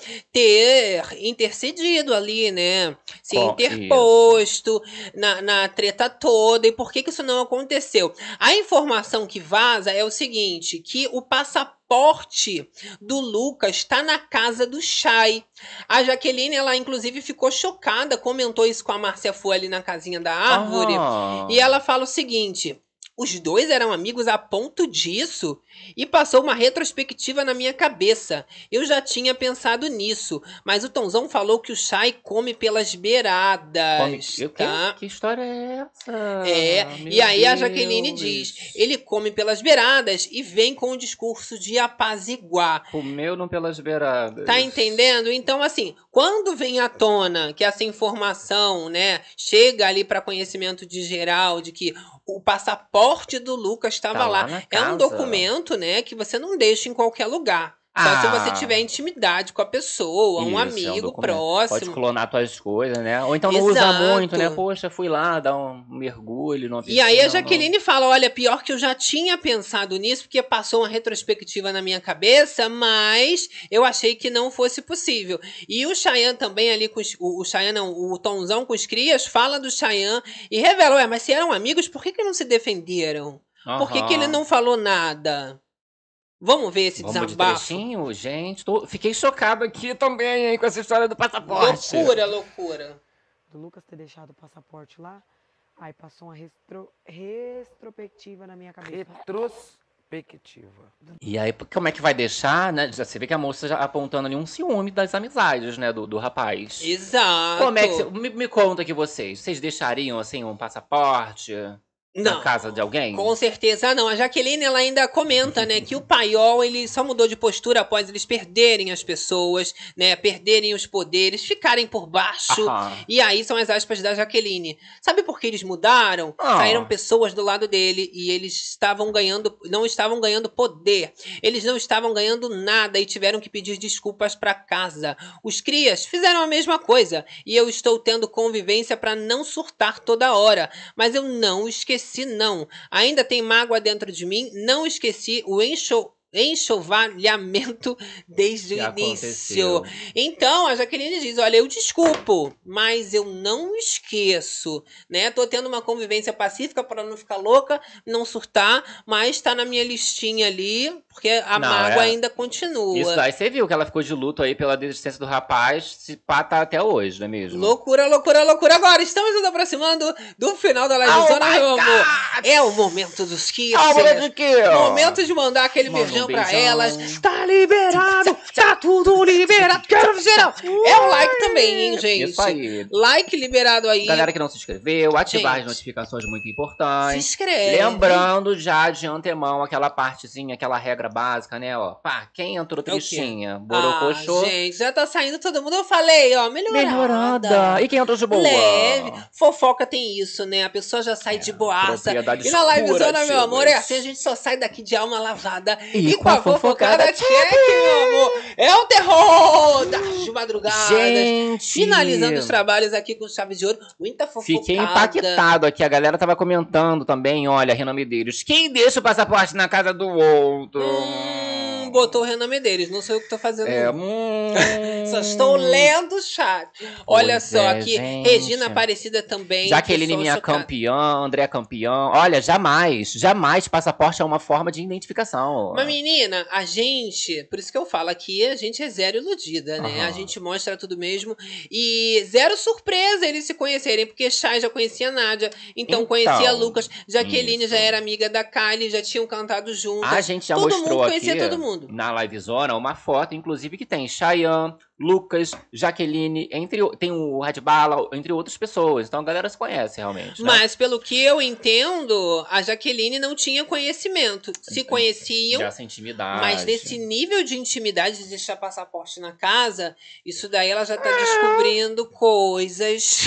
ter intercedido ali, né? Se Bom, interposto na, na treta toda. E por que que isso não aconteceu? A informação que vaza é o seguinte, que o passaporte do Lucas está na casa do Chay. A Jaqueline, ela inclusive ficou chocada, comentou isso com a Márcia Fu ali na casinha da árvore. Ah. E ela fala o seguinte, os dois eram amigos a ponto disso? E passou uma retrospectiva na minha cabeça. Eu já tinha pensado nisso, mas o Tomzão falou que o Chay come pelas beiradas. Come- o quê? Tá? Que história é essa? É, Meu e aí a Deus. Jaqueline diz, ele come pelas beiradas e vem com o discurso de apaziguar. Comeu não pelas beiradas. Tá entendendo? Então, assim, quando vem à tona que essa informação, né, chega ali para conhecimento de geral, de que o passaporte do Lucas estava Tá lá, lá na é um casa. documento, né, que você não deixa em qualquer lugar. Só Ah. se você tiver intimidade com a pessoa, um Isso, é amigo documento. próximo. Pode clonar tuas coisas, né? Ou então não usa Exato. muito, né? Poxa, fui lá dar um mergulho numa E aí a piscina, Jaqueline fala, olha, pior que eu já tinha pensado nisso, porque passou uma retrospectiva na minha cabeça, mas eu achei que não fosse possível. E o Chayanne também ali, com os, o, o Chayanne não, o Tomzão com os crias, fala do Chayanne e revela, ué, mas se eram amigos, por que que não se defenderam? Por que que ele Aham. não falou nada? Vamos ver esse Vamos de desabafo? trechinho? Gente, tô- fiquei chocado aqui também, hein, com essa história do passaporte. Loucura, loucura. Do Lucas ter deixado o passaporte lá, aí passou uma retro, retrospectiva na minha cabeça. Retrospectiva. E aí, como é que vai deixar, né? Já- Você vê que a moça já apontando ali um ciúme das amizades, né, do, do rapaz. Exato. Como é que... cê- Me, me conta aqui vocês. Vocês deixariam, assim, um passaporte? Não. Na casa de alguém? Com certeza não. A Jaqueline, ela ainda comenta, né, que o paiol, ele só mudou de postura após eles perderem as pessoas, né, perderem os poderes, ficarem por baixo. Aham. E aí são as aspas da Jaqueline. Sabe por que eles mudaram? Ah. Saíram pessoas do lado dele e eles estavam ganhando, não estavam ganhando poder. Eles não estavam ganhando nada e tiveram que pedir desculpas pra casa. Os crias fizeram a mesma coisa e eu estou tendo convivência pra não surtar toda hora. Mas eu não esqueci Esqueci não. Ainda tem mágoa dentro de mim. Não esqueci o enxo... enxovalhamento desde Que o aconteceu. início. Então, a Jaqueline diz, olha, eu desculpo, mas eu não esqueço, né? Tô tendo uma convivência pacífica para não ficar louca, não surtar, mas tá na minha listinha ali, porque a Não, mágoa é. ainda continua. Isso daí você viu que ela ficou de luto aí pela desistência do rapaz, se pá, tá até hoje, não é mesmo? Loucura, loucura, loucura. Agora, estamos nos aproximando do final da live Oh zona, my meu amor. God! É o momento dos kisses. Ah, o momento de quê? Momento de mandar aquele Manda um beijão pra beijão. elas. Tá liberado, tá tudo liberado. Quero geral. É o like também, hein, gente? Isso aí. Like liberado aí. Galera que não se inscreveu, ativar Gente. as notificações muito importantes. Se inscreve. Lembrando já de antemão aquela partezinha, aquela regra básica, né, ó. Pá, quem entrou tristinha, borocochô. Ah, gente, já tá saindo todo mundo. Eu falei, ó, melhorada. Melhorada. E quem entrou de boa? Leve. Fofoca tem isso, né? A pessoa já sai de boaça. propriedades E na livezona, meu amor, é curativas. assim, a gente só sai daqui de alma lavada. E E, com com a a fofocada fofocada check, meu amor. É o terror das madrugadas. Gente! Finalizando os trabalhos aqui com chave de ouro. Muita fofocada. Fiquei impactado aqui. A galera tava comentando também, olha, Renan Medeiros. Quem deixa o passaporte na casa do outro? Hum, botou o Renan Medeiros. Não sei o que tô fazendo. É, não. hum... Só estou lendo o chat. Olha Pois só, é, aqui, gente. Regina Aparecida também. Jaqueline, pessoa minha chocada. campeã, André campeão. Olha, jamais, jamais passaporte é uma forma de identificação. Mas, menina, a gente, por isso que eu falo aqui, a gente é zero iludida, né? Aham. A gente mostra tudo mesmo. E zero surpresa eles se conhecerem, porque Chay já conhecia a Nádia, então, Então, conhecia Lucas. Jaqueline isso. já era amiga da Kylie, já tinham cantado juntas. A gente já todo mostrou mundo conhecia aqui todo mundo. na livezona uma foto, inclusive, que tem Chayanne, Lucas, Jaqueline, entre, o- tem o Red Bala, entre outras pessoas. Então a galera se conhece realmente. Né? Mas, pelo que eu entendo, a Jaqueline não tinha conhecimento. Se conheciam, Dessa intimidade. mas nesse nível de intimidade de deixar passaporte na casa, isso daí ela já tá descobrindo coisas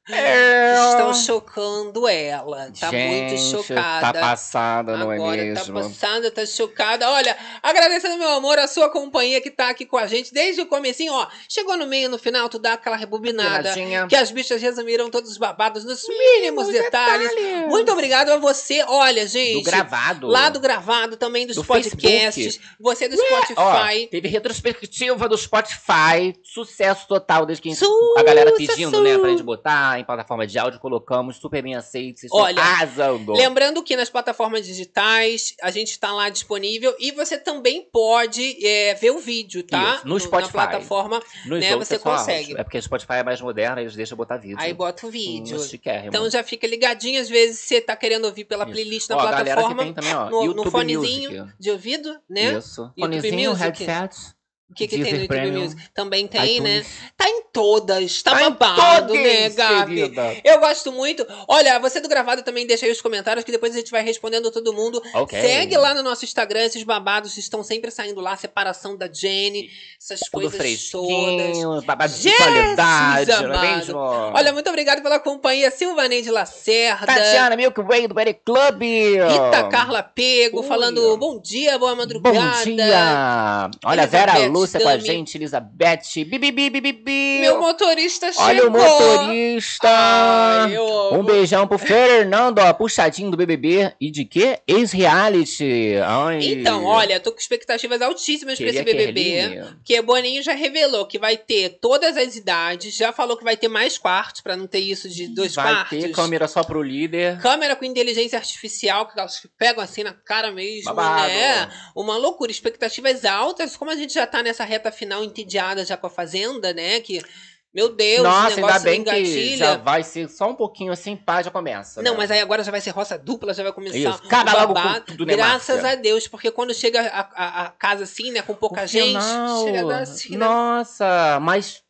É. que estão chocando ela. Tá muito Gente, chocada. Tá passada, não Agora é tá mesmo? passada, tá chocada. Olha, agradecendo, meu amor, a sua companhia que tá aqui com a gente desde o comecinho, ó. Chegou no meio, no final, tu dá aquela rebobinada. Rebobinadinha. Que as bichas resumiram todos os babados nos mínimos detalhes. Muito obrigado a você. Olha, gente. Do gravado. Lá do gravado, também dos Do podcasts. Facebook. Você do Ó, Spotify. teve retrospectiva do Spotify. Sucesso total, desde que Sucesso. a galera pedindo, né, pra gente botar em plataforma de áudio. Colocamos super bem aceito. Vocês Olha, estão arrasando. Lembrando que nas plataformas digitais a gente está lá disponível e você também pode é, ver o vídeo, tá? Isso, no Spotify. Na plataforma, Nos né? outros Você é só consegue. áudio. É porque o Spotify é mais moderno, eles deixam botar vídeo. Aí bota o vídeo. Hum, chiquérrimo. Então já fica ligadinho, às vezes você tá querendo ouvir pela Isso. playlist na Ó, a galera que plataforma, tem também, ó, no, no YouTube fonezinho Music. de ouvido, né? Isso. YouTube Fonezinho, Music. headset. O que, que tem no Deezer YouTube Premium, Music? Também tem, né? iTunes. Tá em todas, tá, Tá em babado, todas, né, Gabi? querida. Eu gosto muito. Olha, você do gravado também deixa aí os comentários que depois a gente vai respondendo todo mundo. Ok. Segue lá no nosso Instagram, esses babados estão sempre saindo lá, separação da Jenny, essas Tudo coisas fresquinho, todas. babado de Jesus qualidade, não é amado. mesmo? Olha, muito obrigado pela companhia, Silvaneide Lacerda. Tatiana Milk Way do Berry Club. Rita Carla Pego, Ui. falando bom dia, boa madrugada. Bom dia! Olha, Vera Elizabeth Lúcia com a Dami. gente, Elizabeth. Bibi, bibi, bibi. Meu motorista chegou. Olha o motorista. Ai, eu amo. Um beijão pro Fernando, ó, puxadinho do B B B. E de quê? Ex-reality. Ai. Então, olha, tô com expectativas altíssimas pra esse Queria B B B. Kerline. Porque Boninho já revelou que vai ter todas as idades, já falou que vai ter mais quartos, pra não ter isso de dois Vai quartos. ter câmera só pro líder. Câmera com inteligência artificial, que elas pegam assim na cara mesmo, Babado. né? Uma loucura, expectativas altas. Como a gente já tá nessa reta final entediada já com a Fazenda, né? Que, meu Deus, Nossa, esse negócio ainda bem que engatilha. já vai ser só um pouquinho assim, pá, já começa. Não, né? mas aí agora já vai ser roça dupla, já vai começar Isso, o acaba logo babado. com tudo, né, Graças Márcia? a Deus, porque quando chega a, a- a casa assim, né, com pouca O gente, final. chega a dar assim, né? Nossa, mas que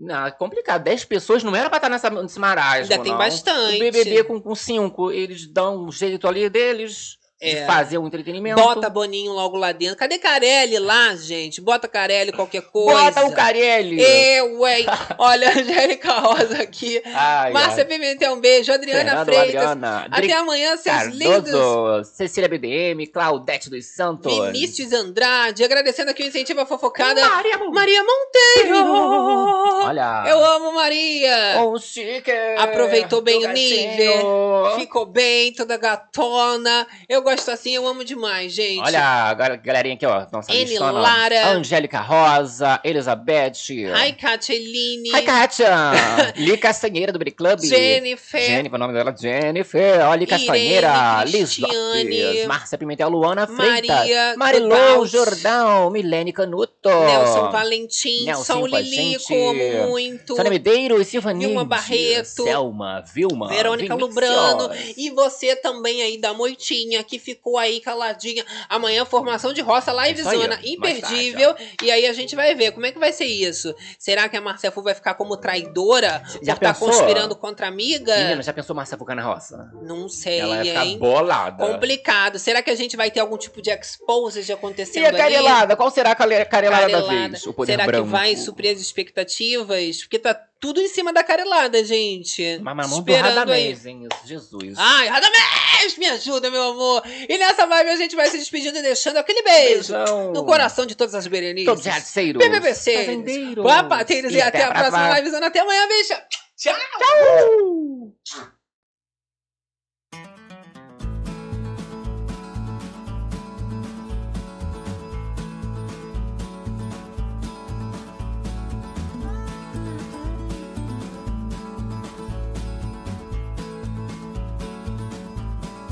Não, é complicado. dez pessoas não era pra estar nessa, nesse marasmo, Ainda tem não. bastante. O B B B com, com cinco, eles dão um jeito ali deles É. de fazer um entretenimento. Bota Boninho logo lá dentro. Cadê Carelli lá, gente? Bota Carelli, qualquer coisa. Bota o Carelli. Eu, hein? Olha, Angélica Rosa aqui. Ai, Márcia ai. Pimentel, um beijo. Adriana Fernando, Freitas. Adriana. Até Dri- amanhã, seus lindos. Cardoso, Cecília B D M, Claudete dos Santos. Vinícius Andrade. Agradecendo aqui o incentivo à fofocada. Maria, Maria Monteiro. Olha. Eu amo Maria. Oh, chique. Aproveitou bem do o gatinho. nível. Ficou bem, toda gatona. Eu gosto assim, eu amo demais, gente. Olha a gal- galerinha aqui, ó. Nossa N. listona, ó. Lara. Angélica Rosa, Elizabeth. Ai, Kátia Eline. Ai, Kátia. Li Castanheira do Bri Club. Jennifer. Jennifer, o nome dela é Jennifer. Olha, Li Castanheira. Liz Cristiane. Lopes. Márcia Pimentel, Luana Freitas. Maria Marilô Godaus. Jordão. Milene Canuto. Nelson Valentim. Nelson São com a Lilico, gente. amo muito. Sônia Medeiros, Silvanide. Vilma Barreto. Selma, Vilma. Verônica Vinícius. Lubrano. E você também aí da Moitinha, que ficou aí caladinha. Amanhã, formação de roça, livezona Isso aí, imperdível. E aí a gente vai ver como é que vai ser isso. Será que a Márcia Fu vai ficar como traidora? Já por estar pensou? conspirando contra a amiga? Menina, já pensou Márcia Fuca na roça? Não sei, Ela vai ficar hein? bolada. Complicado. Será que a gente vai ter algum tipo de exposed acontecendo E a ali? carelada? Qual será a cale- carelada, da Carelada. vez? O poder Será branco. que vai suprir as expectativas? Porque tá tudo em cima da carelada, gente. Mas mamão do Esperando aí. Radamés, hein? Jesus. Ai, Radamés, me ajuda, meu amor. E nessa vibe a gente vai se despedindo e deixando aquele beijo Beijão. no coração de todas as berenices. Todos os jaceiros. B B B C. Fazendeiros. Guapateiros e, E até até a a próxima próxima. livezona. Até amanhã, bicha. Tchau. Tchau.